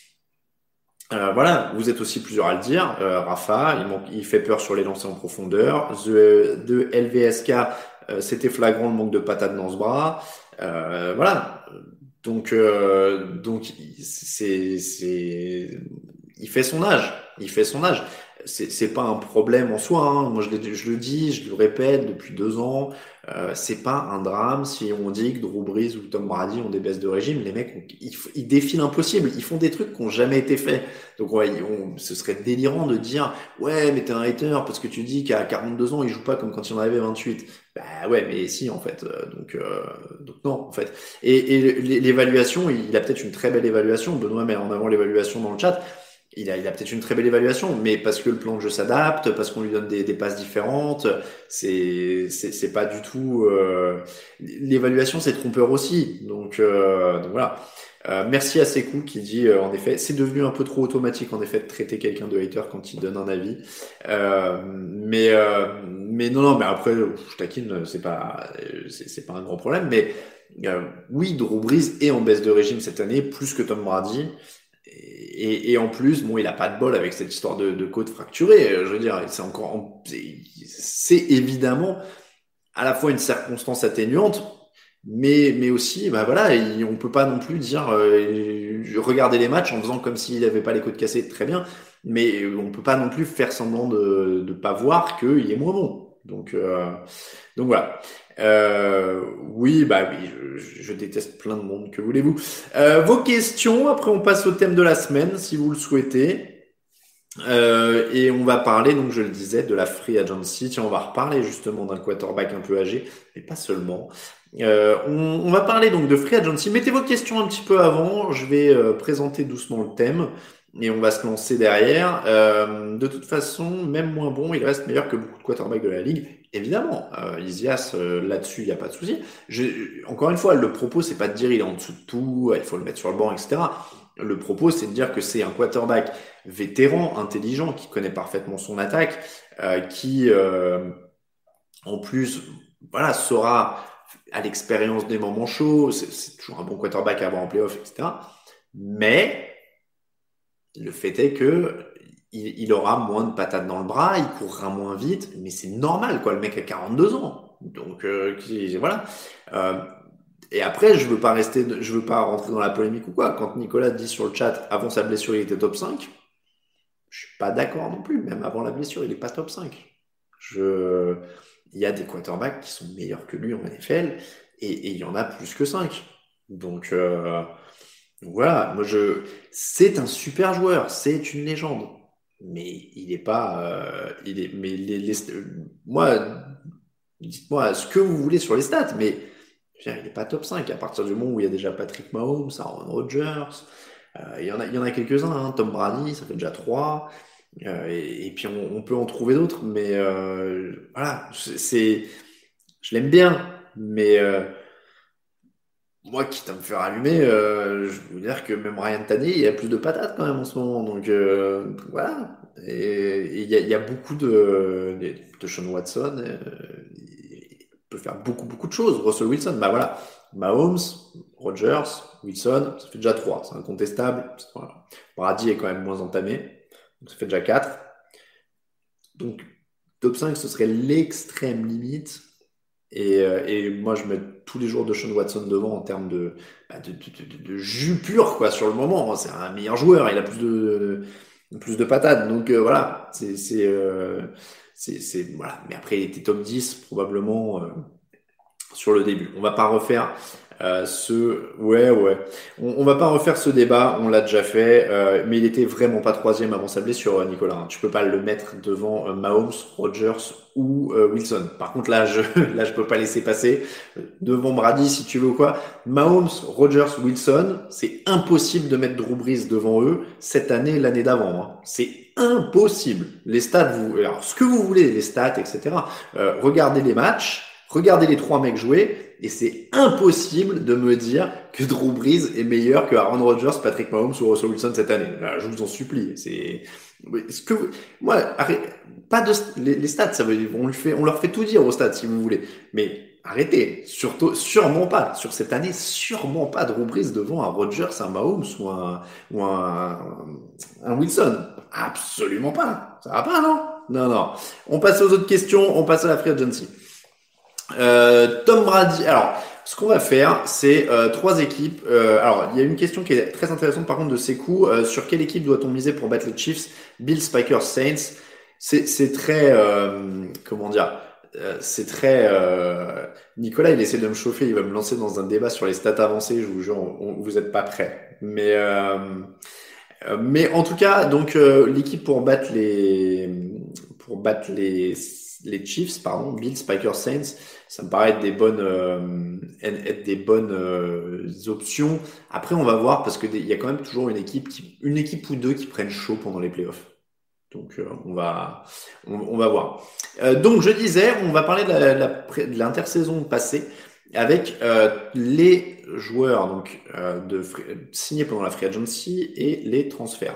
[SPEAKER 3] euh, voilà, vous êtes aussi plusieurs à le dire. Euh, Rafa, il, manque, il fait peur sur les lancers en profondeur. The, de L V S K, euh, c'était flagrant le manque de patate dans ce bras. Euh, voilà. Donc, euh, donc c'est, c'est, il fait son âge. Il fait son âge. C'est, c'est pas un problème en soi. Hein. Moi, je, l'ai- je le dis, je le répète depuis deux ans. Euh, c'est pas un drame si on dit que Drew Brees ou Tom Brady ont des baisses de régime. Les mecs, ont- ils, f- ils défient l'impossible. Ils font des trucs qui ont jamais été faits. Donc, ouais, ils ont- ce serait délirant de dire, ouais, mais t'es un hater parce que tu dis qu'à quarante-deux ans, il joue pas comme quand il en avait vingt-huit. Bah ouais, mais si, en fait. Euh, Donc, euh, donc non, en fait. Et, et l'évaluation, il a peut-être une très belle évaluation. Benoît met en avant l'évaluation dans le chat. Il a, il a peut-être une très belle évaluation, mais parce que le plan de jeu s'adapte, parce qu'on lui donne des, des passes différentes, c'est, c'est, c'est pas du tout. Euh, l'évaluation, c'est trompeur aussi. Donc, euh, donc voilà. Euh, merci à Sekou qui dit euh, en effet, c'est devenu un peu trop automatique en effet de traiter quelqu'un de hater quand il donne un avis. Euh, mais euh, mais non non, mais après je taquine, c'est pas c'est, c'est pas un grand problème. Mais euh, oui, Drew Brees est en baisse de régime cette année, plus que Tom Brady. Et, et en plus, bon, il a pas de bol avec cette histoire de, de côte fracturée. Je veux dire, c'est encore, c'est, c'est évidemment à la fois une circonstance atténuante, mais mais aussi, bah voilà, il, on peut pas non plus dire euh, regarder les matchs en faisant comme s'il avait pas les côtes cassées, très bien, mais on peut pas non plus faire semblant de de pas voir qu'il est moins bon. Donc euh, donc voilà. Euh, oui, bah oui, je, je déteste plein de monde, que voulez-vous. Euh, vos questions, après on passe au thème de la semaine, si vous le souhaitez. Euh, et on va parler, donc je le disais, de la free agency. Tiens, on va reparler justement d'un quarterback un peu âgé, mais pas seulement. Euh, on, on va parler donc de free agency. Mettez vos questions un petit peu avant, je vais euh, présenter doucement le thème. Et on va se lancer derrière. Euh, de toute façon, même moins bon, il reste meilleur que beaucoup de quarterbacks de la ligue. Évidemment, euh, Isias, euh, là-dessus, il n'y a pas de souci. Je, encore une fois, le propos, c'est pas de dire il est en dessous de tout, il faut le mettre sur le banc, et cetera. Le propos, c'est de dire que c'est un quarterback vétéran, intelligent, qui connaît parfaitement son attaque, euh, qui, euh, en plus, voilà, saura à l'expérience des moments chauds. C'est, c'est toujours un bon quarterback à avoir en playoff, et cetera. Mais le fait est que il, il aura moins de patates dans le bras, il courra moins vite, mais c'est normal, quoi. Le mec a quarante-deux ans, donc euh, voilà. Euh, et après, je veux pas rester, je veux pas rentrer dans la polémique ou quoi. Quand Nicolas dit sur le chat, avant sa blessure, il était top cinq, je suis pas d'accord non plus. Même avant la blessure, il est pas top cinq. Je, il y a des quarterbacks qui sont meilleurs que lui en N F L, et, et il y en a plus que cinq. Donc euh, voilà, moi je, c'est un super joueur, c'est une légende, mais il est pas, euh, il est, mais les, les- moi, dites-moi ce que vous voulez sur les stats, mais je veux dire, il est pas top cinq à partir du moment où il y a déjà Patrick Mahomes, Aaron Rodgers, euh, il y en a, il y en a quelques-uns, hein, Tom Brady, ça fait déjà trois, euh, et, et puis on, on peut en trouver d'autres, mais euh, voilà, c'est, c'est- je l'aime bien, mais euh, moi, quitte à me faire allumer, euh, je veux dire que même Ryan Tannehill, il y a plus de patates quand même en ce moment. Donc euh, voilà. Et et il y a, il y a beaucoup de, de, de Sean Watson. Euh, il peut faire beaucoup, beaucoup de choses. Russell Wilson, bah voilà. Mahomes, Rodgers, Wilson, ça fait déjà trois. C'est incontestable. Voilà. Brady est quand même moins entamé. Donc ça fait déjà quatre. Donc top cinq, ce serait l'extrême limite. Et, euh, et moi, je mets tous les jours de Sean Watson devant en termes de, bah, de, de, de, de jus pur, quoi, sur le moment. C'est un meilleur joueur, il a plus de, plus de patates. Donc euh, voilà, c'est, c'est, euh, c'est, c'est, voilà. Mais après, il était top dix, probablement, euh, sur le début. On va pas refaire euh, ce, ouais, ouais. On, on va pas refaire ce débat, on l'a déjà fait, euh, mais il était vraiment pas troisième avant sa blessure, Nicolas. Hein. Tu peux pas le mettre devant euh, Mahomes, Rodgers ou euh, Wilson. Par contre, là, je, là, je peux pas laisser passer devant Brady si tu veux ou quoi. Mahomes, Rodgers, Wilson, c'est impossible de mettre Drew Brees devant eux cette année, l'année d'avant. Hein. C'est impossible. Les stats, vous, alors ce que vous voulez, les stats, et cetera. Euh, regardez les matchs. Regardez les trois mecs jouer, et c'est impossible de me dire que Drew Brees est meilleur que Aaron Rodgers, Patrick Mahomes ou Russell Wilson cette année. Là, je vous en supplie. C'est, ce que vous... moi, arrête... pas de les, les stats, ça veut dire, on lui fait, on leur fait tout dire aux stats si vous voulez, mais arrêtez. Surtout, sûrement pas sur cette année, sûrement pas Drew Brees devant un Rodgers, un Mahomes ou un ou un, un Wilson. Absolument pas. Ça va pas, non? Non, non. On passe aux autres questions. On passe à la free agency. Euh, Tom Brady. Alors, ce qu'on va faire, c'est euh, trois équipes. Euh, alors, il y a une question qui est très intéressante par contre de Sekou. Euh, sur quelle équipe doit-on miser pour battre les Chiefs? Bills, Packers, Saints. C'est, c'est très, euh, comment dire, euh, c'est très. Euh, Nicolas, il essaie de me chauffer. Il va me lancer dans un débat sur les stats avancées. Je vous jure, on, vous êtes pas prêts. Mais, euh, mais en tout cas, donc euh, l'équipe pour battre les, pour battre les les Chiefs, pardon, Bills, Packers, Saints, ça me paraît être des bonnes, euh, être des bonnes euh, options. Après, on va voir parce que il y a quand même toujours une équipe qui, une équipe ou deux qui prennent chaud pendant les playoffs. Donc, euh, on va, on, on va voir. Euh, donc, je disais, on va parler de, la, la, de l'intersaison passée avec euh, les joueurs donc euh, de signés pendant la free agency et les transferts.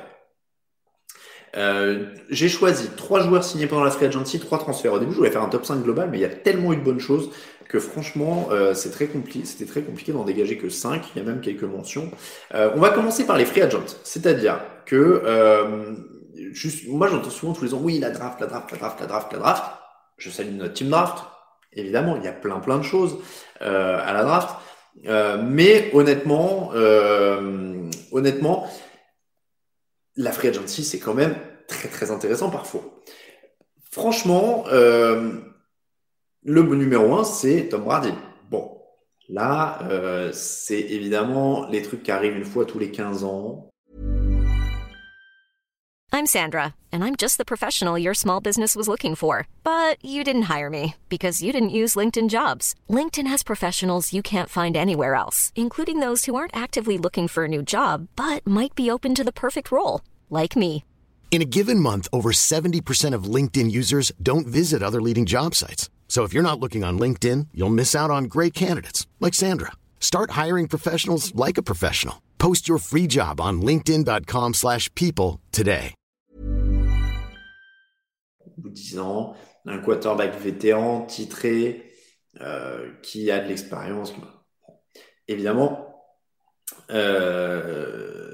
[SPEAKER 3] Euh, j'ai choisi trois joueurs signés pendant la free agency, trois transferts. Au début, je voulais faire un top cinq global, mais il y a tellement eu de bonnes choses que franchement, euh, c'est très compliqué. C'était très compliqué d'en dégager que cinq. Il y a même quelques mentions. Euh, on va commencer par les free agents, c'est-à-dire que euh, juste, moi, j'entends souvent tous les ans, oui, la draft, la draft, la draft, la draft, la draft. Je salue notre team draft. Évidemment, il y a plein, plein de choses euh, à la draft, euh, mais honnêtement, euh, honnêtement. La free agency, c'est quand même très très intéressant parfois. Franchement, euh, le numéro un, c'est Tom Brady. Bon, là, euh, c'est évidemment les trucs qui arrivent une fois tous les quinze ans.
[SPEAKER 4] I'm Sandra, and I'm just the professional your small business was looking for. But you didn't hire me because you didn't use LinkedIn Jobs. LinkedIn has professionals you can't find anywhere else, including those who aren't actively looking for a new job, but might be open to the perfect role, like me.
[SPEAKER 5] In a given month, over seventy percent of LinkedIn users don't visit other leading job sites. So if you're not looking on LinkedIn, you'll miss out on great candidates, like Sandra. Start hiring professionals like a professional. Post your free job on linkedin.com slash people today.
[SPEAKER 3] Au bout de dix ans, un quarterback vétéran, titré, euh, qui a de l'expérience. Évidemment, euh,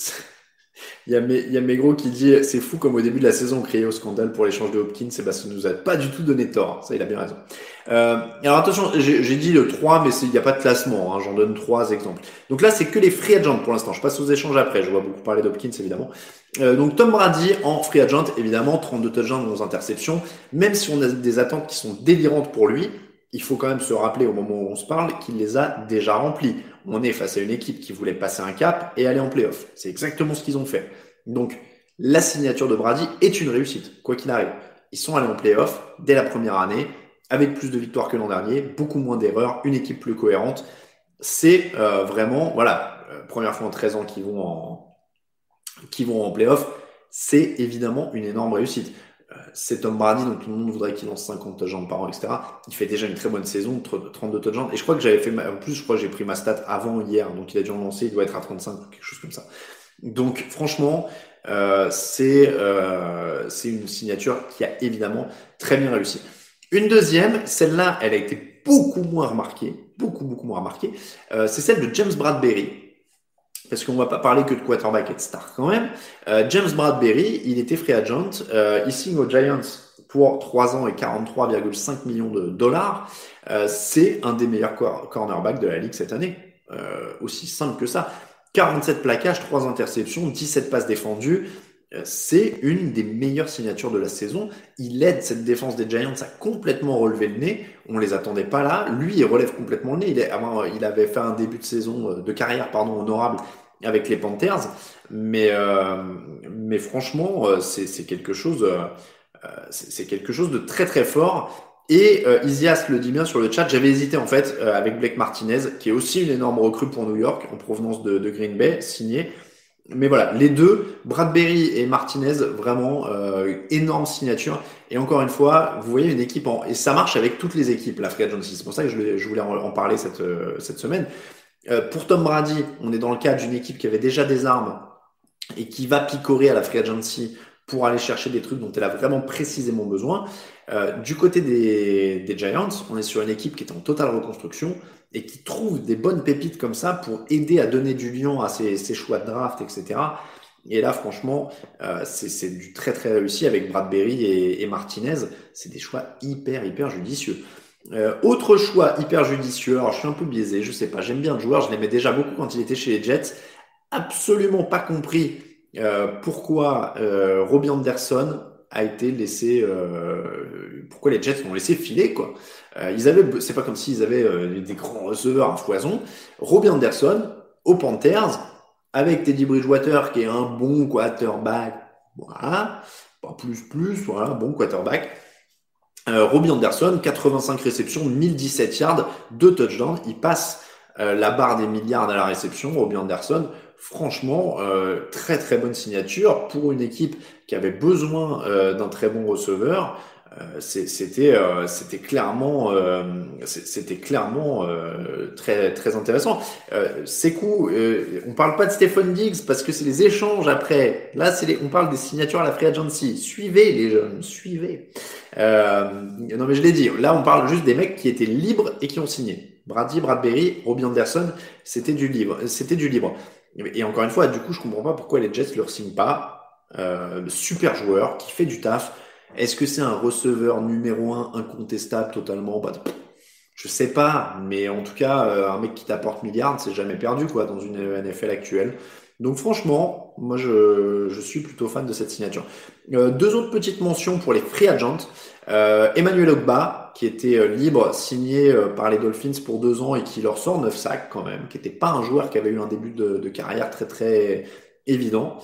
[SPEAKER 3] il y a mes, il y a mes gros qui dit c'est fou comme au début de la saison on criait au scandale pour l'échange de Hopkins, et bah ça nous a pas du tout donné tort. Ça, il a bien raison. Euh, alors attention, j'ai, j'ai dit le trois, mais il n'y a pas de classement, hein, j'en donne trois exemples. Donc là, c'est que les free agents pour l'instant. Je passe aux échanges après. Je vois beaucoup parler d'Hopkins, évidemment. Euh, donc Tom Brady en free agent, évidemment, trente-deux touchdowns, onze interceptions. Même si on a des attentes qui sont délirantes pour lui, il faut quand même se rappeler au moment où on se parle qu'il les a déjà remplies. On est face à une équipe qui voulait passer un cap et aller en playoff. C'est exactement ce qu'ils ont fait. Donc, la signature de Brady est une réussite, quoi qu'il arrive. Ils sont allés en playoff dès la première année, avec plus de victoires que l'an dernier, beaucoup moins d'erreurs, une équipe plus cohérente. C'est euh, vraiment, voilà, euh, première fois en treize ans qu'ils vont en, qu'ils vont en playoff. C'est évidemment une énorme réussite. Euh, c'est Tom Brady, donc tout le monde voudrait qu'il lance cinquante touchdowns par an, et cetera. Il fait déjà une très bonne saison, trente-deux touchdowns. Et je crois que j'avais fait, ma, en plus, je crois que j'ai pris ma stat avant hier, donc il a dû en lancer, il doit être à trente-cinq ou quelque chose comme ça. Donc franchement, euh, c'est euh, c'est une signature qui a évidemment très bien réussi. Une deuxième, celle-là, elle a été beaucoup moins remarquée, beaucoup beaucoup moins remarquée. Euh, c'est celle de James Bradberry, parce qu'on va pas parler que de quarterback et de star quand même. Euh, James Bradberry, il était free agent, euh, il signe aux Giants pour trois ans et quarante-trois virgule cinq millions de dollars. Euh, c'est un des meilleurs cor- cornerbacks de la ligue cette année, euh, aussi simple que ça. quarante-sept plaquages, trois interceptions, dix-sept passes défendues. C'est une des meilleures signatures de la saison. Il aide cette défense des Giants à complètement relever le nez. On les attendait pas là. Lui, il relève complètement le nez. Il, est, il avait fait un début de saison, de carrière, pardon, honorable avec les Panthers. Mais, euh, mais franchement, c'est, c'est quelque chose, euh, c'est, c'est quelque chose de très très fort. Et euh, Isias le dit bien sur le chat, j'avais hésité en fait euh, avec Blake Martinez, qui est aussi une énorme recrue pour New York, en provenance de, de Green Bay, signé. Mais voilà, les deux, Bradberry et Martinez, vraiment euh, énorme signature. Et encore une fois, vous voyez une équipe, en, et ça marche avec toutes les équipes, la free agency. C'est pour ça que je, je voulais en, en parler cette, euh, cette semaine. Euh, pour Tom Brady, on est dans le cadre d'une équipe qui avait déjà des armes et qui va picorer à la free agency pour aller chercher des trucs dont elle a vraiment précisément besoin. Euh, du côté des, des Giants, on est sur une équipe qui est en totale reconstruction et qui trouve des bonnes pépites comme ça pour aider à donner du lion à ses, ses choix de draft, et cetera. Et là, franchement, euh, c'est, c'est du très très réussi avec Bradberry et, et Martinez. C'est des choix hyper hyper judicieux. Euh, autre choix hyper judicieux, alors je suis un peu biaisé, je sais pas, j'aime bien le joueur, je l'aimais déjà beaucoup quand il était chez les Jets, absolument pas compris euh, pourquoi euh, Robbie Anderson a été laissé, euh, pourquoi les Jets l'ont laissé filer quoi. Euh, ils avaient, c'est pas comme s'ils avaient euh, des grands receveurs à foison. Robbie Anderson aux Panthers avec Teddy Bridgewater qui est un bon quarterback, voilà, pas plus plus, voilà, bon quarterback. Euh, Robbie Anderson, quatre-vingt-cinq réceptions, mille dix-sept yards, deux touchdowns. Il passe euh, la barre des milliards à la réception. Robbie Anderson, franchement, euh, très très bonne signature pour une équipe qui avait besoin euh, d'un très bon receveur. Euh, c'était euh, c'était clairement euh, c'était clairement euh, très très intéressant. Euh, ces coups, euh, on parle pas de Stephen Diggs parce que c'est les échanges après. Là, c'est les, on parle des signatures à la free agency. Suivez les jeunes, suivez. Euh, non mais je l'ai dit. Là, on parle juste des mecs qui étaient libres et qui ont signé. Brady, Bradbury, Robbie Anderson, c'était du libre, c'était du libre. Et encore une fois, du coup, je comprends pas pourquoi les Jets leur signent pas. Euh, super joueur qui fait du taf. Est-ce que c'est un receveur numéro un incontestable totalement? Bah, je sais pas, mais en tout cas, euh, un mec qui t'apporte milliards, c'est jamais perdu quoi dans une N F L actuelle. Donc franchement, moi je, je suis plutôt fan de cette signature. Euh, deux autres petites mentions pour les free agents. Euh, Emmanuel Ogba, qui était euh, libre, signé euh, par les Dolphins pour deux ans et qui leur sort neuf sacs quand même, qui n'était pas un joueur qui avait eu un début de, de carrière très très évident.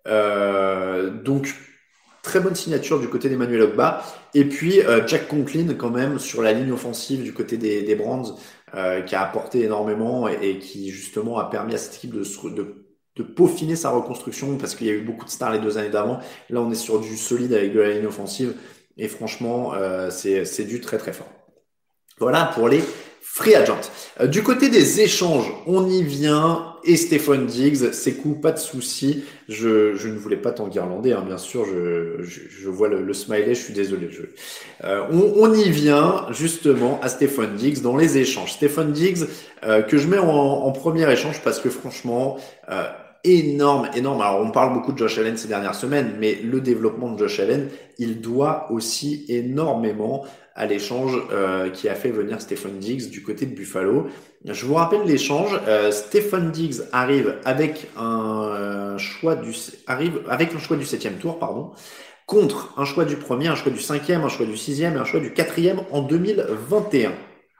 [SPEAKER 3] Euh, donc très bonne signature du côté d'Emmanuel Ogba. Et puis euh, Jack Conklin quand même sur la ligne offensive du côté des, des Browns, euh, qui a apporté énormément et, et qui justement a permis à cette équipe de, de, de peaufiner sa reconstruction parce qu'il y a eu beaucoup de stars les deux années d'avant. Là on est sur du solide avec de la ligne offensive et franchement euh, c'est, c'est du très très fort. Voilà pour les free agents. Euh, du côté des échanges, on y vient. Et Stephen Diggs, c'est cool, pas de souci. Je, je ne voulais pas t'enguirlander, hein, bien sûr. Je, je, je vois le, le smiley, je suis désolé. Je, euh, on, on y vient justement à Stephen Diggs dans les échanges. Stephen Diggs euh, que je mets en, en premier échange parce que franchement, euh, énorme, énorme. Alors on parle beaucoup de Josh Allen ces dernières semaines, mais le développement de Josh Allen, il doit aussi énormément à l'échange euh, qui a fait venir Stephen Diggs du côté de Buffalo. Je vous rappelle l'échange. Euh, Stephen Diggs arrive avec un euh, choix du arrive avec un choix du septième tour, pardon, contre un choix du premier, un choix du cinquième, un choix du sixième et un choix du quatrième en deux mille vingt et un.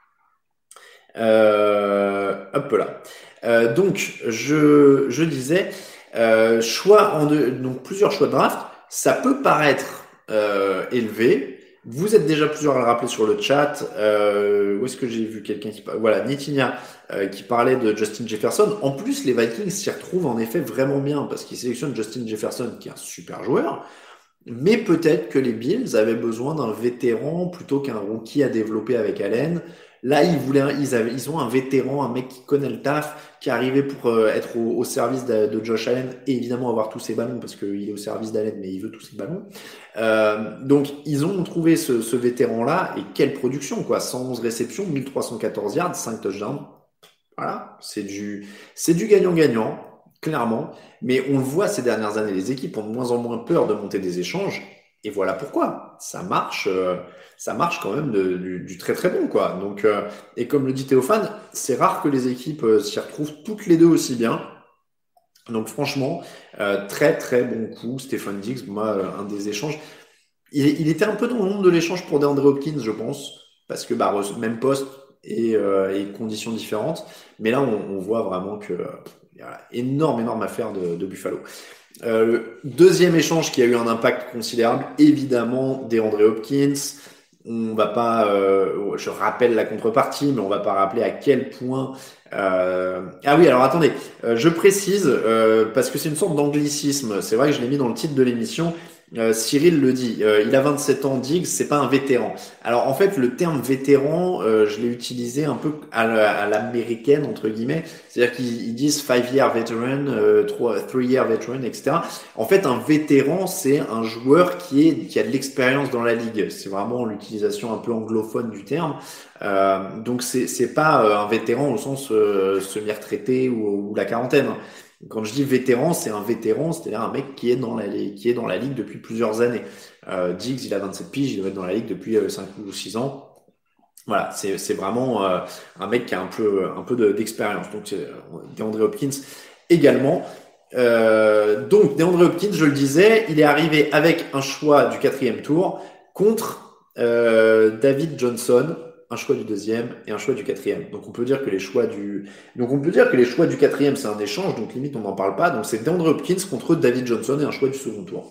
[SPEAKER 3] Euh, hop là. Euh, donc je je disais euh, choix en deux, donc plusieurs choix de draft. Ça peut paraître euh, élevé. Vous êtes déjà plusieurs à le rappeler sur le chat. Euh, où est-ce que j'ai vu quelqu'un qui parle? Voilà, Nitinia euh, qui parlait de Justin Jefferson. En plus, les Vikings s'y retrouvent en effet vraiment bien parce qu'ils sélectionnent Justin Jefferson qui est un super joueur. Mais peut-être que les Bills avaient besoin d'un vétéran plutôt qu'un rookie à développer avec Allen. Là, ils voulaient, ils avaient, ils ont un vétéran, un mec qui connaît le taf, qui est arrivé pour euh, être au, au service de, de Josh Allen et évidemment avoir tous ses ballons parce qu'il est au service d'Allen, mais il veut tous ses ballons. Euh, donc, ils ont trouvé ce, ce vétéran-là et quelle production, quoi. cent onze réceptions, mille trois cent quatorze yards, cinq touchdowns. Voilà. C'est du, c'est du gagnant-gagnant, clairement. Mais on le voit ces dernières années, les équipes ont de moins en moins peur de monter des échanges. Et voilà pourquoi. Ça marche, euh, ça marche quand même de, du, du très très bon, quoi. Donc, euh, et comme le dit Théophane, c'est rare que les équipes euh, s'y retrouvent toutes les deux aussi bien. Donc franchement, euh, très très bon coup, Stephen Diggs. Moi, euh, un des échanges, il, il était un peu dans le monde de l'échange pour DeAndre Hopkins, je pense, parce que bah même poste et, euh, et conditions différentes. Mais là, on, on voit vraiment que euh, il y a énorme énorme affaire de, de Buffalo. Euh, le deuxième échange qui a eu un impact considérable, évidemment, DeAndre Hopkins. On va pas, euh, je rappelle la contrepartie, mais on va pas rappeler à quel point. Euh... Ah oui, alors attendez, euh, je précise euh, parce que c'est une sorte d'anglicisme. C'est vrai que je l'ai mis dans le titre de l'émission. Euh, Cyril le dit, euh, il a vingt-sept ans, Diggs, c'est pas un vétéran. Alors en fait, le terme vétéran, euh, je l'ai utilisé un peu à, à l'américaine entre guillemets, c'est-à-dire qu'ils disent five year veteran, euh, three year veteran, et cetera. En fait, un vétéran, c'est un joueur qui est qui a de l'expérience dans la ligue. C'est vraiment l'utilisation un peu anglophone du terme. Euh, donc c'est c'est pas euh, un vétéran au sens euh, semi-retraité ou, ou la quarantaine. Quand je dis vétéran, c'est un vétéran, c'est-à-dire un mec qui est dans la qui est dans la ligue depuis plusieurs années. Euh, Diggs, il a vingt-sept piges, il doit être dans la ligue depuis euh, cinq ou six ans. Voilà, c'est c'est vraiment euh, un mec qui a un peu un peu de, d'expérience. Donc euh, DeAndre Hopkins également. Euh, donc DeAndre Hopkins, je le disais, il est arrivé avec un choix du quatrième tour contre euh, David Johnson, un choix du deuxième et un choix du quatrième. Donc on peut dire que les choix du donc on peut dire que les choix du quatrième c'est un échange, donc limite on n'en parle pas. Donc c'est DeAndre Hopkins contre David Johnson et un choix du second tour.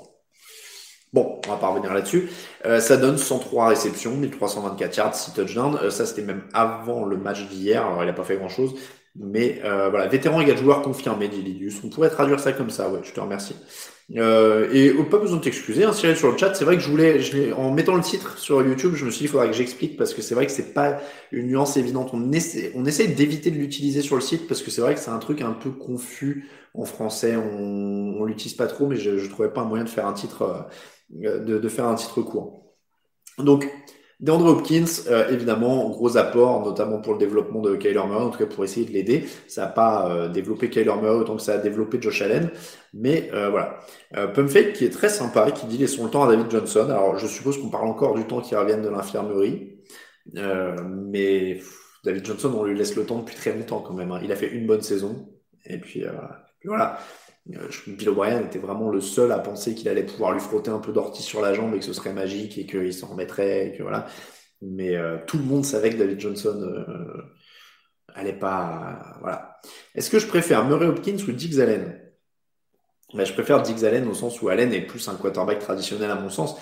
[SPEAKER 3] Bon, on va pas revenir là-dessus. Euh, ça donne cent trois réceptions, mille trois cent vingt-quatre yards, six touchdowns. Euh, ça, c'était même avant le match d'hier. Alors, il a pas fait grand-chose. Mais euh, voilà, vétéran égale joueur confirmé, dit Lidius. On pourrait traduire ça comme ça, ouais, je te remercie. Euh, et oh, pas besoin de t'excuser, hein, Cyril, sur le chat. C'est vrai que je voulais, je l'ai- en mettant le titre sur YouTube, je me suis dit, il faudra que j'explique parce que c'est vrai que c'est pas une nuance évidente. On essaie, on essaie d'éviter de l'utiliser sur le site parce que c'est vrai que c'est un truc un peu confus en français. On, on l'utilise pas trop, mais je, je trouvais pas un moyen de faire un titre. Euh, De, de faire un titre court. Donc, DeAndre Hopkins, euh, évidemment, gros apport, notamment pour le développement de Kyler Murray, en tout cas pour essayer de l'aider. Ça n'a pas euh, développé Kyler Murray autant que ça a développé Josh Allen, mais euh, voilà. Euh, Pumfake qui est très sympa, qui dit laissons le temps à David Johnson. Alors, je suppose qu'on parle encore du temps qu'il revienne de l'infirmerie, euh, mais pff, David Johnson, on lui laisse le temps depuis très longtemps quand même. Hein. Il a fait une bonne saison, et puis, euh, puis voilà. Bill O'Brien était vraiment le seul à penser qu'il allait pouvoir lui frotter un peu d'ortie sur la jambe et que ce serait magique et qu'il s'en remettrait et que voilà. Mais euh, tout le monde savait que David Johnson euh, allait pas. Euh, voilà. Est-ce que je préfère Murray Hopkins ou Diggs Allen? Ben, je préfère Diggs Allen au sens où Allen est plus un quarterback traditionnel à mon sens.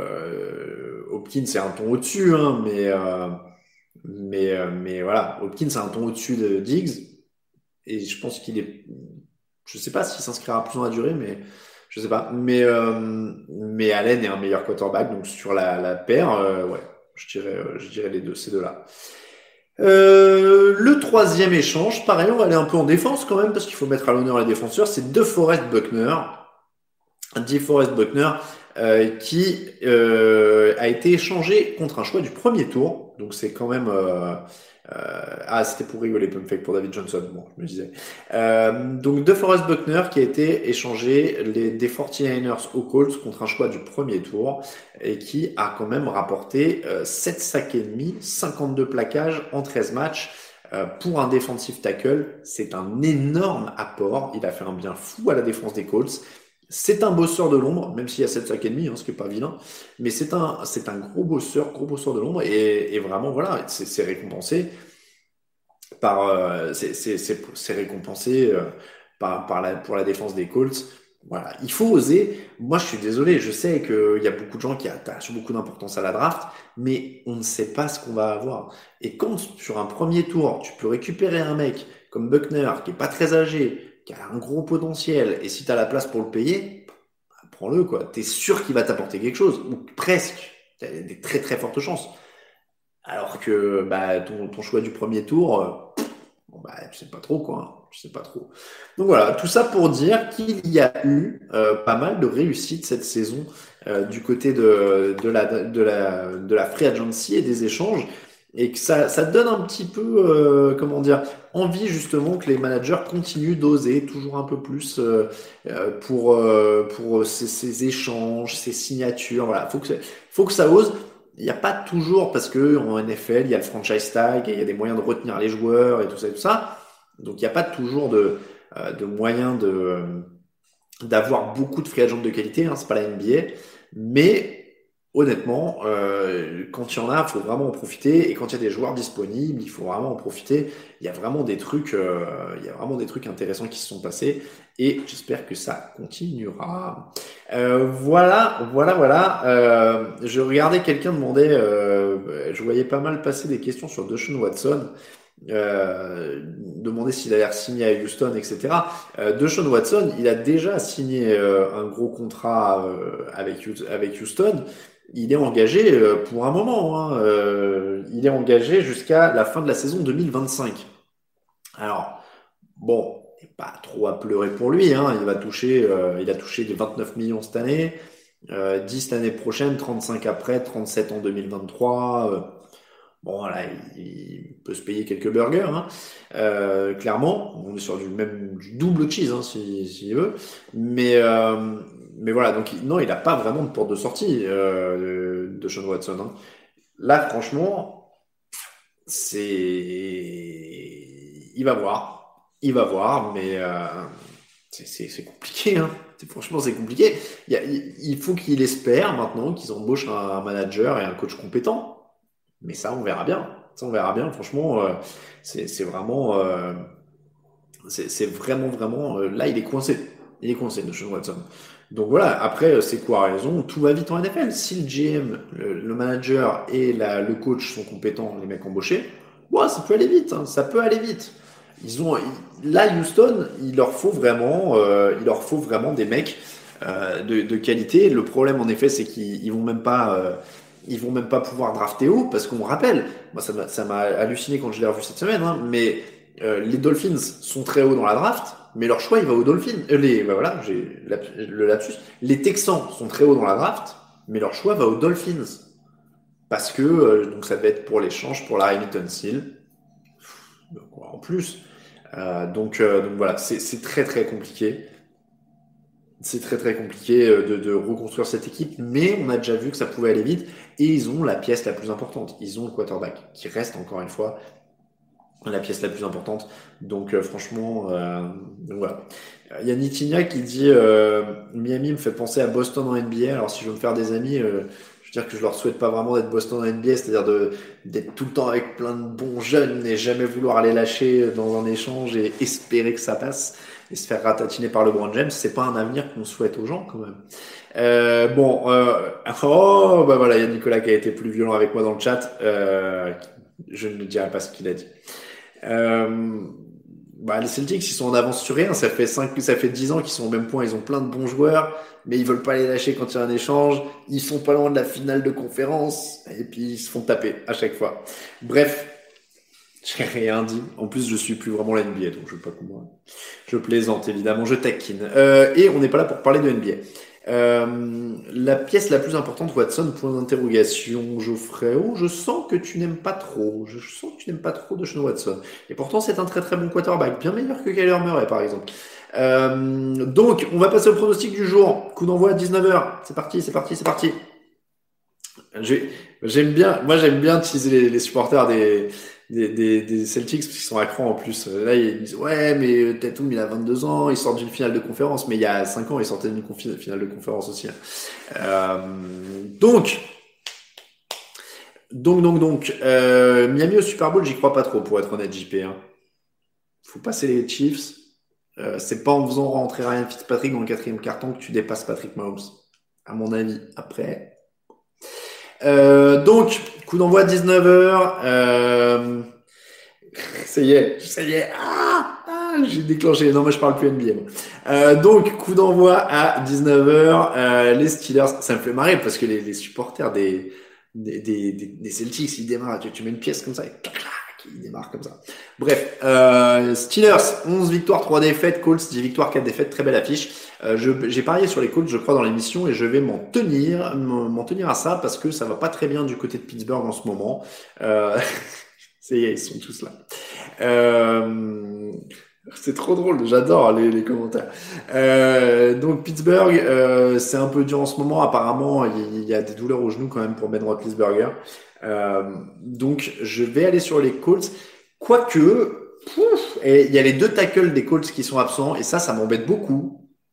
[SPEAKER 3] Euh, Hopkins c'est un ton au-dessus, hein, mais euh, mais euh, mais voilà, Hopkins c'est un ton au-dessus de Diggs et je pense qu'il est. Je sais pas s'il s'inscrira plus dans la durée, mais je sais pas. Mais euh, mais Allen est un meilleur quarterback, donc sur la, la paire, euh, ouais, je dirais, euh, je dirais les deux, ces deux-là. Euh, le troisième échange, pareil, on va aller un peu en défense quand même, parce qu'il faut mettre à l'honneur les défenseurs, c'est DeForest Buckner. DeForest Buckner, euh, qui euh, a été échangé contre un choix du premier tour. Donc c'est quand même... Euh, euh, ah, c'était pour rigoler, Pumfake, pour David Johnson. Bon, je me disais. Euh, donc DeForest Buckner qui a été échangé les, des forty-niners aux Colts contre un choix du premier tour et qui a quand même rapporté euh, sept sacs et demi, cinquante-deux plaquages en treize matchs. Euh, pour un defensive tackle, c'est un énorme apport. Il a fait un bien fou à la défense des Colts. C'est un bosseur de l'ombre, même s'il y a sept sacs et demi, hein, ce qui est pas vilain, mais c'est un, c'est un gros bosseur, gros bosseur de l'ombre, et, et vraiment, voilà, c'est, c'est récompensé par, euh, c'est, c'est, c'est, c'est récompensé euh, par, par la, pour la défense des Colts. Voilà, il faut oser. Moi, je suis désolé, je sais qu'il y a beaucoup de gens qui attachent beaucoup d'importance à la draft, mais on ne sait pas ce qu'on va avoir. Et quand sur un premier tour, tu peux récupérer un mec comme Buckner, qui est pas très âgé, qui a un gros potentiel, et si tu as la place pour le payer, bah, prends-le, quoi. T'es sûr qu'il va t'apporter quelque chose, ou presque. T'as des très très fortes chances. Alors que bah, ton, ton choix du premier tour, euh, bon, bah, tu sais pas trop, quoi. Je sais pas trop. Donc voilà, tout ça pour dire qu'il y a eu euh, pas mal de réussite cette saison euh, du côté de, de, la, de, la, de la free agency et des échanges. Et que ça, ça donne un petit peu, euh, comment dire, envie justement que les managers continuent d'oser toujours un peu plus euh, euh, pour euh, pour ces, ces échanges, ces signatures. Voilà, faut que ça- faut que ça ose. Il n'y a pas toujours parce que en N F L il y a le franchise tag et il y a des moyens de retenir les joueurs et tout ça et tout ça. Donc il n'y a pas toujours de euh, de moyens de d'avoir beaucoup de free agents de qualité. Hein, c'est pas la N B A, mais honnêtement, euh, quand il y en a, il faut vraiment en profiter. Et quand il y a des joueurs disponibles, il faut vraiment en profiter. Il y a vraiment des trucs, euh, il y a vraiment des trucs intéressants qui se sont passés. Et j'espère que ça continuera. Euh, voilà, voilà, voilà. Euh, je regardais quelqu'un demander, euh, je voyais pas mal passer des questions sur Deshaun Watson. Euh, demander s'il allait signer à Houston, et cetera. Euh, Deshaun Watson, il a déjà signé euh, un gros contrat euh, avec avec Houston. Il est engagé euh, pour un moment. Hein. Euh, il est engagé jusqu'à la fin de la saison deux mille vingt-cinq. Alors, bon, il n'est pas trop à pleurer pour lui. Hein. Il va toucher, euh, il a touché des vingt-neuf millions cette année, euh, dix l'année prochaine, trente-cinq après, trente-sept en deux mille vingt-trois. Euh, bon, là, il, il peut se payer quelques burgers. Hein. Euh, clairement, on est sur du même du double cheese, hein, si, s'il veut. Mais euh, mais voilà, donc non, il n'a pas vraiment de porte de sortie euh, de, de Sean Watson. Hein. Là, franchement, c'est, il va voir, il va voir, mais euh, c'est, c'est, c'est compliqué, hein. C'est, franchement, c'est compliqué. Il, y a, il faut qu'il espère maintenant qu'ils embauchent un manager et un coach compétent. Mais ça, on verra bien. Ça, on verra bien. Franchement, euh, c'est, c'est vraiment, euh, c'est, c'est vraiment, vraiment. Euh, là, il est coincé. Il est coincé, Deshaun Watson. Donc voilà. Après, c'est quoi raison? Tout va vite en N F L. Si le G M, le, le manager et la, le coach sont compétents, les mecs embauchés, ouais, ça peut aller vite. Hein, ça peut aller vite. Ils ont là Houston, il leur faut vraiment, euh, il leur faut vraiment des mecs euh, de, de qualité. Le problème, en effet, c'est qu'ils ils vont même pas. Euh, Ils vont même pas pouvoir drafter haut parce qu'on me rappelle, moi ça m'a, ça m'a halluciné quand je l'ai revu cette semaine, hein, mais euh, les Dolphins sont très hauts dans la draft, mais leur choix il va aux Dolphins. Euh, les, bah voilà, j'ai le lapsus. Les Texans sont très hauts dans la draft, mais leur choix va aux Dolphins parce que euh, donc ça devait être pour l'échange pour la Hamilton Seal. En plus, euh, donc, euh, donc voilà, c'est, c'est très très compliqué. C'est très très compliqué de, de reconstruire cette équipe, mais on a déjà vu que ça pouvait aller vite et ils ont la pièce la plus importante. Ils ont le quarterback qui reste encore une fois la pièce la plus importante. Donc euh, franchement, euh, donc voilà. Il y a Nitinia qui dit euh, Miami me fait penser à Boston en N B A. Alors si je veux me faire des amis, euh, je veux dire que je leur souhaite pas vraiment d'être Boston en N B A, c'est-à-dire de d'être tout le temps avec plein de bons jeunes et jamais vouloir les lâcher dans un échange et espérer que ça passe et se faire ratatiner par LeBron James. C'est pas un avenir qu'on souhaite aux gens quand même. Euh, bon, euh, oh bah voilà, il y a Nicolas qui a été plus violent avec moi dans le chat. Euh, je ne dirai pas ce qu'il a dit. Euh, bah, les Celtics, ils sont en avance sur rien. Ça fait cinq, ça fait dix ans qu'ils sont au même point. Ils ont plein de bons joueurs, mais ils veulent pas les lâcher quand il y a un échange. Ils sont pas loin de la finale de conférence, et puis ils se font taper à chaque fois. Bref, j'ai rien dit. En plus, je suis plus vraiment la N B A, donc je veux pas comprendre. Je plaisante, évidemment, je taquine. Euh, et on n'est pas là pour parler de N B A. Euh, la pièce la plus importante, Watson, point d'interrogation, Geoffrey. Oh, je sens que tu n'aimes pas trop. Je sens que tu n'aimes pas trop Deshaun Watson. Et pourtant, c'est un très très bon quarterback. Bien meilleur que Kyler Murray, par exemple. Euh, donc, on va passer au pronostic du jour. Coup d'envoi à dix-neuf heures. C'est parti, c'est parti, c'est parti. J'ai, j'aime bien, moi j'aime bien teaser les, les supporters des, des, des, des Celtics parce qu'ils sont à cran en plus. Là, ils disent, ouais, mais Tatum, il a vingt-deux ans, il sort d'une finale de conférence, mais il y a cinq ans, il sortait d'une confi- finale de conférence aussi. Euh, donc, donc, donc, donc, euh, Miami au Super Bowl, j'y crois pas trop, pour être honnête, J P. Hein. Faut passer les Chiefs. Euh, c'est pas en faisant rentrer Ryan Fitzpatrick dans le quatrième carton que tu dépasses Patrick Mahomes, à mon avis. Après. Euh, donc, coup d'envoi à dix-neuf heures. Euh, ça y est, ça y est. Ah, ah, j'ai déclenché. Non, moi je parle plus N B A. Moi. Euh, donc, coup d'envoi à dix-neuf heures. Euh, les Steelers, ça me fait marrer parce que les, les supporters des, des, des, des Celtics, ils démarrent. Tu, tu mets une pièce comme ça et clac, clac, ils démarrent comme ça. Bref, euh, Steelers, onze victoires, trois défaites. Colts, dix victoires, quatre défaites. Très belle affiche. Euh, je, j'ai parié sur les Colts, je crois, dans l'émission et je vais m'en tenir, m'en tenir à ça parce que ça va pas très bien du côté de Pittsburgh en ce moment. Euh, c'est, ils sont tous là. Euh, c'est trop drôle, j'adore les, les commentaires. Euh, donc Pittsburgh, euh, c'est un peu dur en ce moment. Apparemment, il y a des douleurs au genou quand même pour Ben Roethlisberger. Euh, donc je vais aller sur les Colts. Quoique, pouf, et il y a les deux tackles des Colts qui sont absents et ça, ça m'embête beaucoup.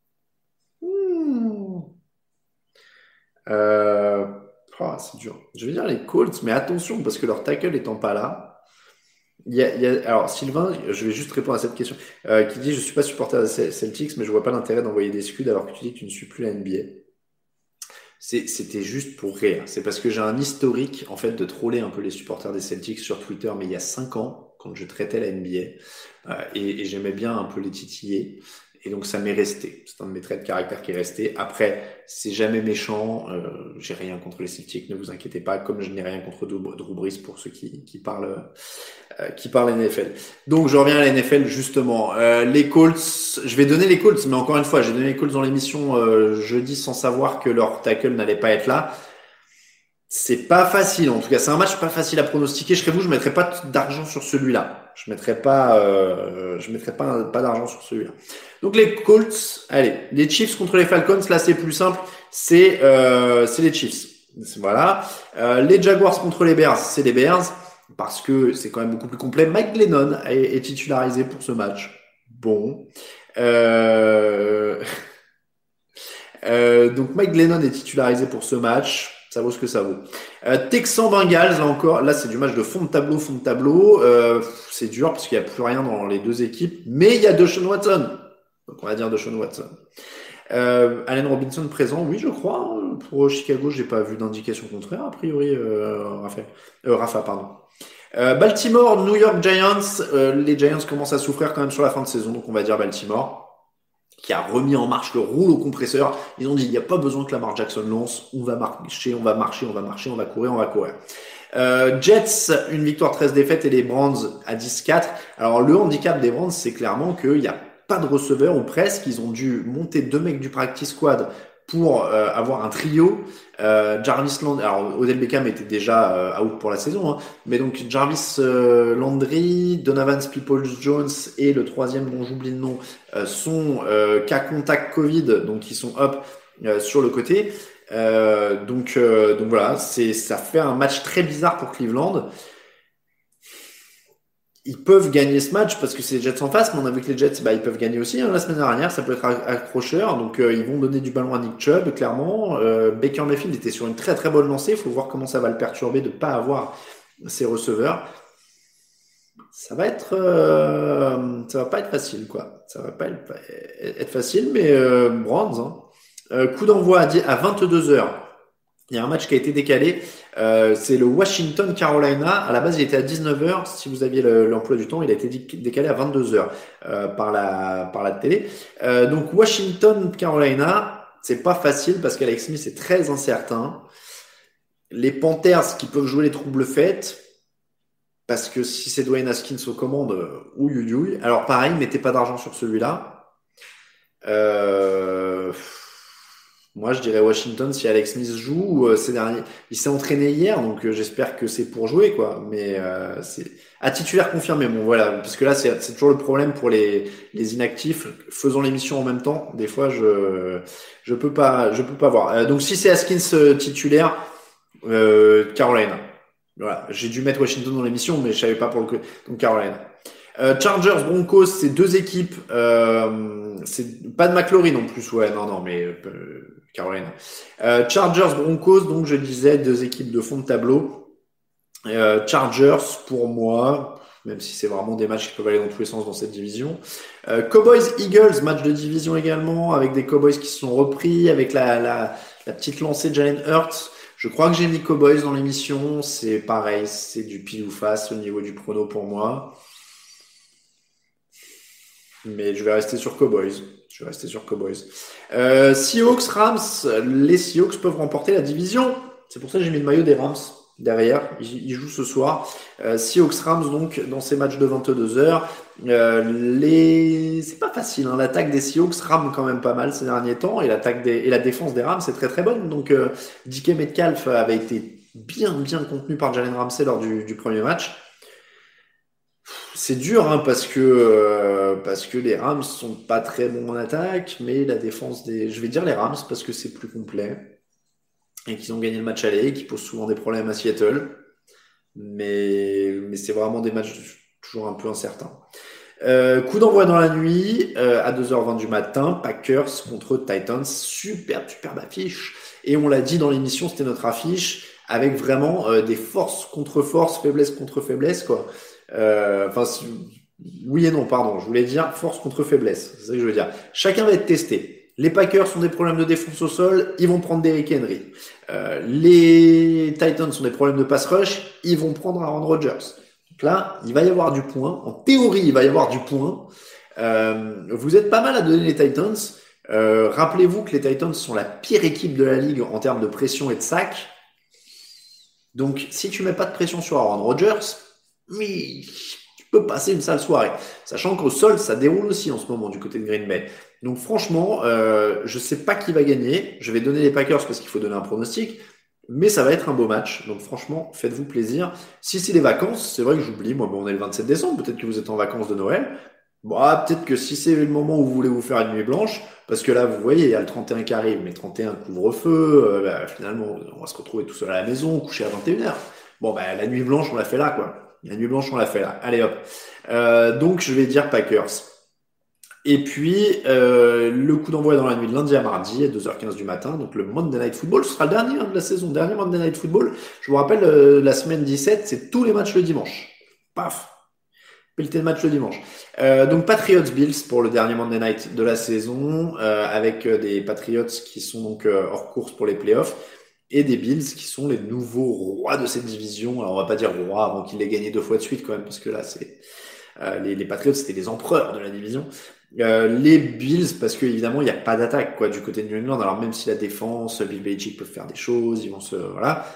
[SPEAKER 3] Euh, oh, c'est dur. Je vais dire les Colts, mais attention parce que leur tackle étant pas là. Il y a, il y a, alors Sylvain, je vais juste répondre à cette question, euh, qui dit je suis pas supporter des Celtics, mais je vois pas l'intérêt d'envoyer des scuds alors que tu dis que tu ne suis plus la N B A. C'est, c'était juste pour rire. C'est parce que j'ai un historique en fait de troller un peu les supporters des Celtics sur Twitter, mais il y a cinq ans quand je traitais la N B A euh, et, et j'aimais bien un peu les titiller. Et donc, ça m'est resté. C'est un de mes traits de caractère qui est resté. Après, c'est jamais méchant. Euh, j'ai rien contre les Celtics, ne vous inquiétez pas. Comme je n'ai rien contre Drew Brees pour ceux qui, qui parlent, euh, qui parlent N F L. Donc, je reviens à la N F L, justement. Euh, les Colts, je vais donner les Colts, mais encore une fois, j'ai donné les Colts dans l'émission euh, jeudi sans savoir que leur tackle n'allait pas être là. C'est pas facile, en tout cas, c'est un match pas facile à pronostiquer. Je serais vous, je mettrais pas d'argent sur celui-là. Je mettrais pas, euh, je mettrais pas, pas d'argent sur celui-là. Donc les Colts, allez, les Chiefs contre les Falcons, là c'est plus simple, c'est, euh, c'est les Chiefs. Voilà. Euh, les Jaguars contre les Bears, c'est les Bears. parce que c'est quand même beaucoup plus complet. Mike Glennon est, est titularisé pour ce match. Bon. Euh... euh, donc Mike Glennon est titularisé pour ce match. Ça vaut ce que ça vaut. Euh, Texans Bengals, là encore, là c'est du match de fond de tableau, fond de tableau. Euh, c'est dur parce qu'il n'y a plus rien dans les deux équipes, mais il y a Deshaun Watson. Donc on va dire Deshaun Watson. Euh, Allen Robinson présent, oui je crois. Pour Chicago, j'ai pas vu d'indication contraire a priori. Euh, Raphaël, euh, Rafa, pardon. Euh, Baltimore, New York Giants. Euh, les Giants commencent à souffrir quand même sur la fin de saison, donc on va dire Baltimore, qui a remis en marche le rouleau compresseur. Ils ont dit, il n'y a pas besoin que Lamar Jackson lance, on va marcher, on va marcher, on va marcher, on va courir, on va courir. Euh, Jets, une victoire treize défaites et les Browns à dix quatre. Alors le handicap des Browns, c'est clairement qu'il n'y a pas de receveur ou presque. Ils ont dû monter deux mecs du practice squad pour euh, avoir un trio. Euh, Jarvis Landry, alors Odell Beckham était déjà euh, out pour la saison, hein, mais donc Jarvis euh, Landry, Donovan Peoples-Jones et le troisième dont j'oublie le nom euh, sont euh, cas contact Covid, donc ils sont up euh, sur le côté. Euh, donc euh, donc voilà, c'est ça fait un match très bizarre pour Cleveland. Ils peuvent gagner ce match parce que c'est les Jets en face, mais on a vu que les Jets, bah, ils peuvent gagner aussi. Hein, la semaine dernière, ça peut être accrocheur. Donc, euh, ils vont donner du ballon à Nick Chubb, clairement. Euh, Baker Mayfield était sur une très très bonne lancée. Il faut voir comment ça va le perturber de ne pas avoir ses receveurs. Ça va être, euh, ça va pas être facile, quoi. Ça va pas être, être facile, mais euh, Browns. Hein. Euh, coup d'envoi à, à vingt-deux heures. Il y a un match qui a été décalé. Euh, c'est le Washington-Carolina. À la base, il était à dix-neuf heures. Si vous aviez le, l'emploi du temps, il a été décalé à vingt-deux heures euh, par la par la télé. Euh, donc Washington-Carolina, c'est pas facile parce qu'Alex Smith est très incertain. Les Panthers qui peuvent jouer les troubles faites parce que si c'est Dwayne Haskins aux commandes, ouille ouille ouille. Alors pareil, mettez pas d'argent sur celui-là. Euh... Moi, je dirais Washington si Alex Smith joue. Euh, ces derniers, il s'est entraîné hier, donc euh, j'espère que c'est pour jouer, quoi. Mais euh, c'est à titulaire confirmé. Bon, voilà, parce que là, c'est, c'est toujours le problème pour les les inactifs. Faisant l'émission en même temps, des fois, je je peux pas, je peux pas voir. Euh, donc, si c'est Haskins euh, titulaire, euh, Carolina. Voilà, j'ai dû mettre Washington dans l'émission, mais je savais pas pour le coup. Donc Carolina. Euh, Chargers, Broncos, c'est deux équipes. Euh, c'est pas de McLaurin non plus, ouais, non, non, mais euh, Carolina. Euh, Chargers, Broncos, donc je disais deux équipes de fond de tableau. Euh, Chargers, pour moi, même si c'est vraiment des matchs qui peuvent aller dans tous les sens dans cette division. Euh, Cowboys, Eagles, match de division également, avec des Cowboys qui se sont repris, avec la, la, la petite lancée de Jalen Hurts. Je crois que j'ai mis Cowboys dans l'émission, c'est pareil, c'est du pile ou face au niveau du prono pour moi. Mais je vais rester sur Cowboys. Je vais rester sur Cowboys. Euh, Seahawks, Rams. Les Seahawks peuvent remporter la division. C'est pour ça que j'ai mis le maillot des Rams derrière. Ils, ils jouent ce soir. Euh, Seahawks, Rams, donc, dans ces matchs de vingt-deux heures. Euh, les... C'est pas facile, hein. L'attaque des Seahawks rame quand même pas mal ces derniers temps. Et, l'attaque des... et la défense des Rams, c'est très très bonne. Donc, euh, D K Metcalf avait été bien bien contenu par Jalen Ramsey lors du, du premier match. C'est dur, hein, parce que euh, parce que les Rams sont pas très bons en attaque, mais la défense des, je vais dire les Rams parce que c'est plus complet et qu'ils ont gagné le match aller, qui posent souvent des problèmes à Seattle, mais mais c'est vraiment des matchs toujours un peu incertains. Euh, coup d'envoi dans la nuit euh, à deux heures vingt du matin, Packers contre Titans, superbe superbe affiche. Et on l'a dit dans l'émission, c'était notre affiche avec vraiment euh, des forces contre forces, faiblesse contre faiblesse, quoi. Euh, enfin, oui et non, pardon. Je voulais dire force contre faiblesse. C'est ça que je veux dire. Chacun va être testé. Les Packers ont des problèmes de défense au sol, ils vont prendre Derrick Henry. Euh, les Titans ont des problèmes de pass rush, ils vont prendre Aaron Rodgers. Donc là, il va y avoir du point. En théorie, il va y avoir du point. Euh, vous êtes pas mal à donner les Titans. Euh, rappelez-vous que les Titans sont la pire équipe de la ligue en termes de pression et de sac. Donc, si tu mets pas de pression sur Aaron Rodgers, oui, tu peux passer une sale soirée. Sachant qu'au sol, ça déroule aussi en ce moment du côté de Green Bay. Donc franchement, euh, je sais pas qui va gagner. Je vais donner les Packers parce qu'il faut donner un pronostic. Mais ça va être un beau match. Donc franchement, faites-vous plaisir. Si c'est les vacances, c'est vrai que j'oublie. Moi, bon, on est le vingt-sept décembre. Peut-être que vous êtes en vacances de Noël. Bon, ah, peut-être que si c'est le moment où vous voulez vous faire une nuit blanche, parce que là, vous voyez, il y a le trente et un qui arrive. Mais trente et un couvre-feu, euh, bah, finalement, on va se retrouver tout seul à la maison, couché à vingt et une heures. Bon, bah, la nuit blanche, on l'a fait là, quoi. La nuit blanche, on l'a fait là. Allez, hop. Euh, donc, je vais dire Packers. Et puis, euh, le coup d'envoi est dans la nuit de lundi à mardi à deux heures quinze du matin. Donc, le Monday Night Football, ce sera le dernier hein, de la saison. Dernier Monday Night Football. Je vous rappelle, euh, la semaine dix-sept, c'est tous les matchs le dimanche. Paf. Pelleté de match le dimanche. Euh, donc Patriots Bills pour le dernier Monday Night de la saison, euh, avec euh, des Patriots qui sont donc euh, hors course pour les playoffs et des Bills qui sont les nouveaux rois de cette division. Alors on va pas dire rois avant qu'ils l'aient gagné deux fois de suite quand même, parce que là c'est euh, les, les Patriots c'était les empereurs de la division. Euh, les Bills parce que évidemment il n'y a pas d'attaque quoi du côté de New England. Alors même si la défense, Bill Belichick peuvent faire des choses, ils vont se voilà.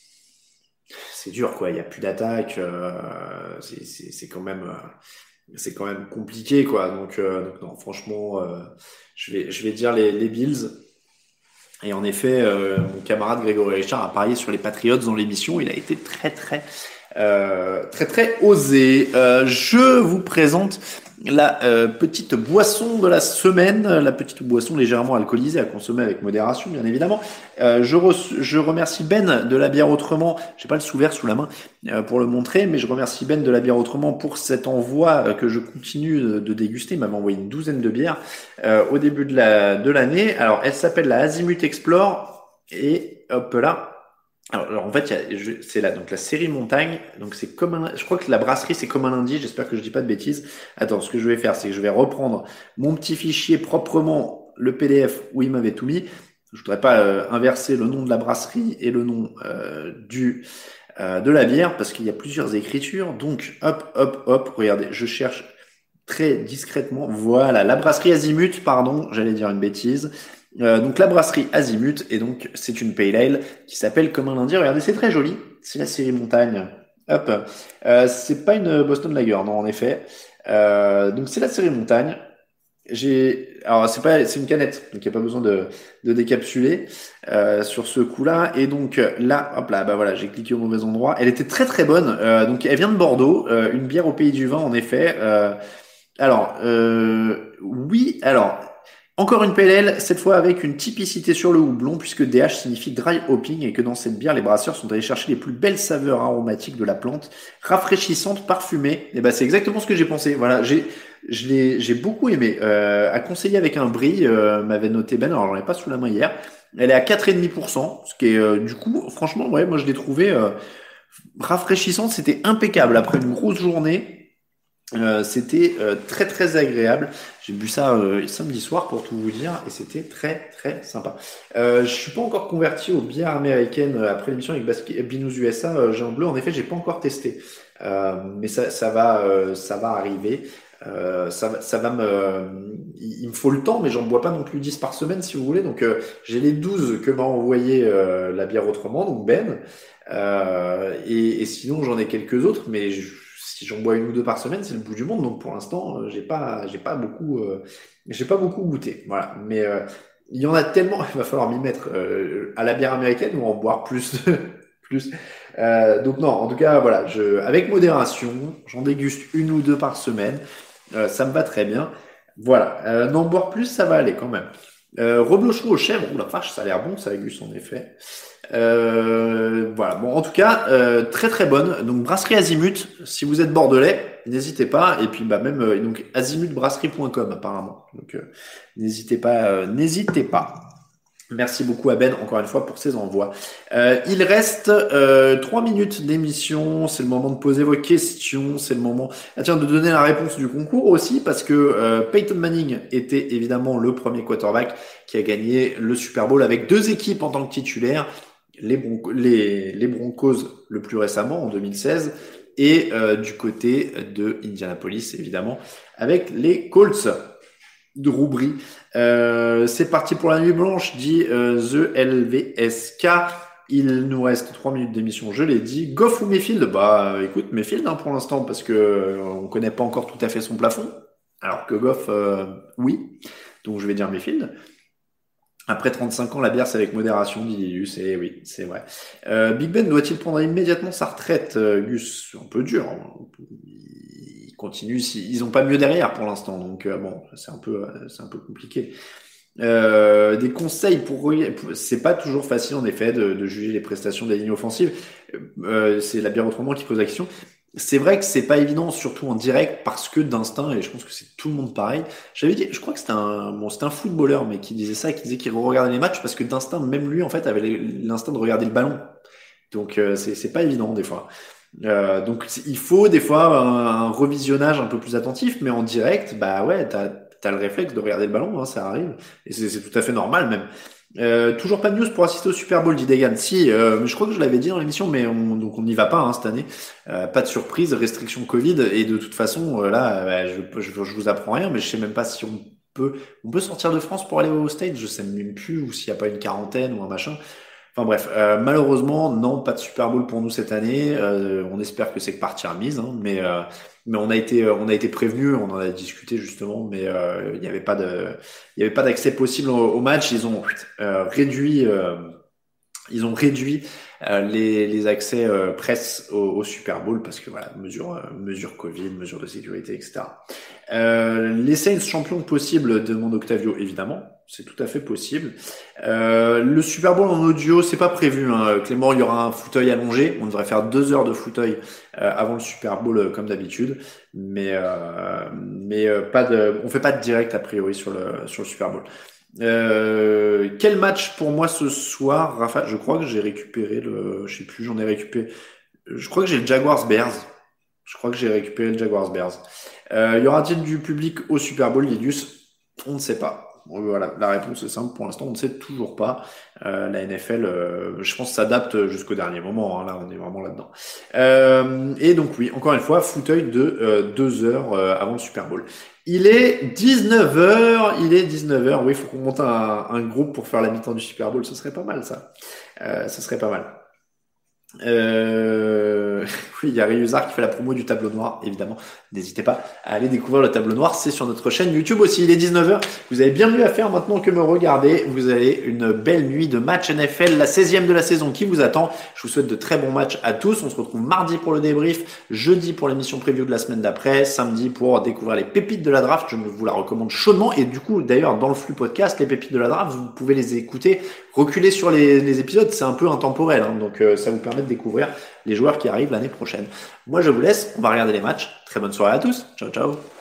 [SPEAKER 3] C'est dur quoi, il y a plus d'attaque, euh, c'est, c'est, c'est quand même, euh, c'est quand même compliqué quoi. Donc, euh, donc non, franchement, euh, je vais, je vais dire les, les Bills. Et en effet, euh, mon camarade Grégory Richard a parié sur les Patriots dans l'émission. Il a été très très, euh, très très osé. Euh, je vous présente la euh, petite boisson de la semaine, la petite boisson légèrement alcoolisée à consommer avec modération, bien évidemment. Euh, je, re- je remercie Ben de la bière autrement. J'ai pas le sous-verre sous la main euh, pour le montrer, mais je remercie Ben de la bière autrement pour cet envoi euh, que je continue de, de déguster. Il m'avait envoyé une douzaine de bières euh, au début de la de l'année. Alors, elle s'appelle la Azimut Explore et hop là. Alors, alors, en fait, il y a, je, c'est là, donc la série Montagne. Donc c'est comme un, je crois que la brasserie c'est comme un lundi. J'espère que je dis pas de bêtises. Attends, ce que je vais faire, c'est que je vais reprendre mon petit fichier proprement, le P D F où il m'avait tout mis. Je voudrais pas euh, inverser le nom de la brasserie et le nom euh, du euh, de la bière parce qu'il y a plusieurs écritures. Donc hop, hop, hop. Regardez, je cherche très discrètement. Voilà, la brasserie Azimut. Pardon, j'allais dire une bêtise. Euh, donc la brasserie Azimut, et donc c'est une pale ale qui s'appelle comme un lundi. Regardez, c'est très joli. C'est la série Montagne. Hop. Euh, c'est pas une Boston Lager, non, en effet. Euh, donc c'est la série Montagne. J'ai, alors c'est pas, c'est une canette, donc il y a pas besoin de, de décapsuler euh, sur ce coup-là. Et donc là, hop là, bah voilà, j'ai cliqué au mauvais endroit. Elle était très très bonne. Euh, donc elle vient de Bordeaux, euh, une bière au pays du vin, en effet. Euh, alors euh, oui, alors. Encore une pale ale, cette fois avec une typicité sur le houblon, puisque D H signifie dry hopping et que dans cette bière, les brasseurs sont allés chercher les plus belles saveurs aromatiques de la plante, rafraîchissantes, parfumées. Et ben c'est exactement ce que j'ai pensé. Voilà, j'ai, je l'ai, j'ai beaucoup aimé. Euh, à conseiller avec un brie, euh, m'avait noté Ben. Alors j'en ai pas sous la main hier. Elle est à quatre virgule cinq pour cent, ce qui est euh, du coup, franchement, ouais, moi je l'ai trouvé euh, rafraîchissante. C'était impeccable après une grosse journée. Euh, c'était euh, très très agréable. J'ai bu ça euh, samedi soir pour tout vous dire et c'était très très sympa. Euh, je suis pas encore converti aux bières américaines euh, après l'émission avec Basque- Binous U S A euh, Géant Bleu. En effet, j'ai pas encore testé, euh, mais ça ça va euh, ça va arriver. Euh, ça va ça va me il, il me faut le temps, mais j'en bois pas non plus dix par semaine si vous voulez. Donc euh, j'ai les douze que m'a envoyé euh, la bière autrement, donc Ben. Euh, et, et sinon j'en ai quelques autres, mais je, si j'en bois une ou deux par semaine, c'est le bout du monde. Donc pour l'instant, euh, j'ai pas, j'ai pas beaucoup, euh, j'ai pas beaucoup goûté. Voilà. Mais euh, il y en a tellement, il va falloir m'y mettre euh, à la bière américaine ou en boire plus, plus. Euh, donc non, en tout cas, voilà, je, avec modération, j'en déguste une ou deux par semaine. Euh, ça me va très bien. Voilà. Euh, n'en boire plus, ça va aller quand même. Euh, reblochon aux chèvres, ou la vache, ça a l'air bon, ça a gus en effet. Euh, voilà. Bon, en tout cas, euh, très très bonne. Donc brasserie Azimut. Si vous êtes bordelais, n'hésitez pas. Et puis bah même euh, donc azimutbrasserie point com apparemment. Donc euh, n'hésitez pas, euh, n'hésitez pas. Merci beaucoup à Ben encore une fois pour ses envois. Euh, il reste euh, trois minutes d'émission. C'est le moment de poser vos questions. C'est le moment, ah, tiens, de donner la réponse du concours aussi parce que euh, Peyton Manning était évidemment le premier quarterback qui a gagné le Super Bowl avec deux équipes en tant que titulaire. Les, Bronco, les, les Broncos le plus récemment en deux mille seize et euh, du côté de Indianapolis évidemment avec les Colts de Roubry. Euh, c'est parti pour la nuit blanche, dit euh, The L V S K. Il nous reste trois minutes d'émission, je l'ai dit. Goff ou Mayfield? Bah écoute, Mayfield hein, pour l'instant parce que euh, on connaît pas encore tout à fait son plafond. Alors que Goff, euh, oui. Donc je vais dire Mayfield. Après trente-cinq ans, la bière, c'est avec modération, dit Lilius, et oui, c'est vrai. Euh, Big Ben doit-il prendre immédiatement sa retraite, euh, Gus? Un peu dur. Hein. Il continue, si... ils ont pas mieux derrière pour l'instant, donc euh, bon, c'est un peu, euh, c'est un peu compliqué. Euh, des conseils pour, pour c'est pas toujours facile en effet de, de juger les prestations des lignes offensives. Euh, c'est la bière autrement qui pose la question. C'est vrai que c'est pas évident, surtout en direct, parce que d'instinct, et je pense que c'est tout le monde pareil. J'avais dit, je crois que c'était un, bon, c'était un footballeur, mais qui disait ça, qui disait qu'il regardait les matchs parce que d'instinct, même lui, en fait, avait l'instinct de regarder le ballon. Donc, euh, c'est, c'est pas évident, des fois. Euh, donc, il faut, des fois, un, un revisionnage un peu plus attentif, mais en direct, bah ouais, t'as, t'as le réflexe de regarder le ballon, hein, ça arrive. Et c'est, c'est tout à fait normal, même. Euh, toujours pas de news pour assister au Super Bowl, dit Degan. Si, euh, je crois que je l'avais dit dans l'émission, mais on, donc on n'y va pas hein, cette année. Euh, pas de surprise, restriction Covid, et de toute façon, euh, là, bah, je, je, je vous apprends rien, mais je sais même pas si on peut, on peut sortir de France pour aller au States. Je sais même plus, ou s'il y a pas une quarantaine ou un machin. Enfin bref, euh, malheureusement, non, pas de Super Bowl pour nous cette année. Euh, on espère que c'est que partie remise, hein, mais euh, mais on a été on a été prévenu, on en a discuté justement, mais euh, il n'y avait pas de il y avait pas d'accès possible au, au match. Ils ont euh, réduit euh, ils ont réduit euh, les les accès euh, presse au, au Super Bowl parce que voilà, mesure euh, mesure Covid, mesure de sécurité, et cetera. Euh, les Saints champions possibles, demande Octavio, évidemment. C'est tout à fait possible. Euh, le Super Bowl en audio, c'est pas prévu. Hein. Clément, il y aura un fauteuil allongé. On devrait faire deux heures de fauteuil euh, avant le Super Bowl, euh, comme d'habitude. Mais, euh, mais euh, pas de, on fait pas de direct a priori sur le sur le Super Bowl. Euh, quel match pour moi ce soir, Rafa? Je crois que j'ai récupéré le, je sais plus, j'en ai récupéré. Je crois que j'ai le Jaguars Bears. Je crois que j'ai récupéré le Jaguars Bears. Euh, y aura-t-il du public au Super Bowl, Lidius? On ne sait pas. Voilà, la réponse est simple. Pour l'instant, on ne sait toujours pas. Euh, la N F L, euh, je pense, s'adapte jusqu'au dernier moment. Hein. Là, on est vraiment là-dedans. Euh, et donc, oui, encore une fois, fauteuil de euh, deux heures euh, avant le Super Bowl. Il est dix-neuf heures. Il est dix-neuf heures. Oui, il faut qu'on monte un, un groupe pour faire la mi-temps du Super Bowl. Ce serait pas mal, ça. Euh, ce serait pas mal. Euh... Oui, il y a Ryuzar qui fait la promo du tableau noir, évidemment. N'hésitez pas à aller découvrir le tableau noir, c'est sur notre chaîne YouTube aussi. Il est dix-neuf heures. Vous avez bien mieux à faire maintenant que me regarder. Vous avez une belle nuit de match N F L, la seizième de la saison qui vous attend. Je vous souhaite de très bons matchs à tous. On se retrouve mardi pour le débrief, jeudi pour l'émission preview de la semaine d'après, samedi pour découvrir les pépites de la draft. Je vous la recommande chaudement. Et du coup, d'ailleurs, dans le flux podcast, les pépites de la draft, vous pouvez les écouter, reculer sur les, les épisodes. C'est un peu intemporel, hein, donc euh, ça vous permet de découvrir les joueurs qui arrivent l'année prochaine. Moi, je vous laisse. On va regarder les matchs. Très bonne soirée à tous. Ciao, ciao.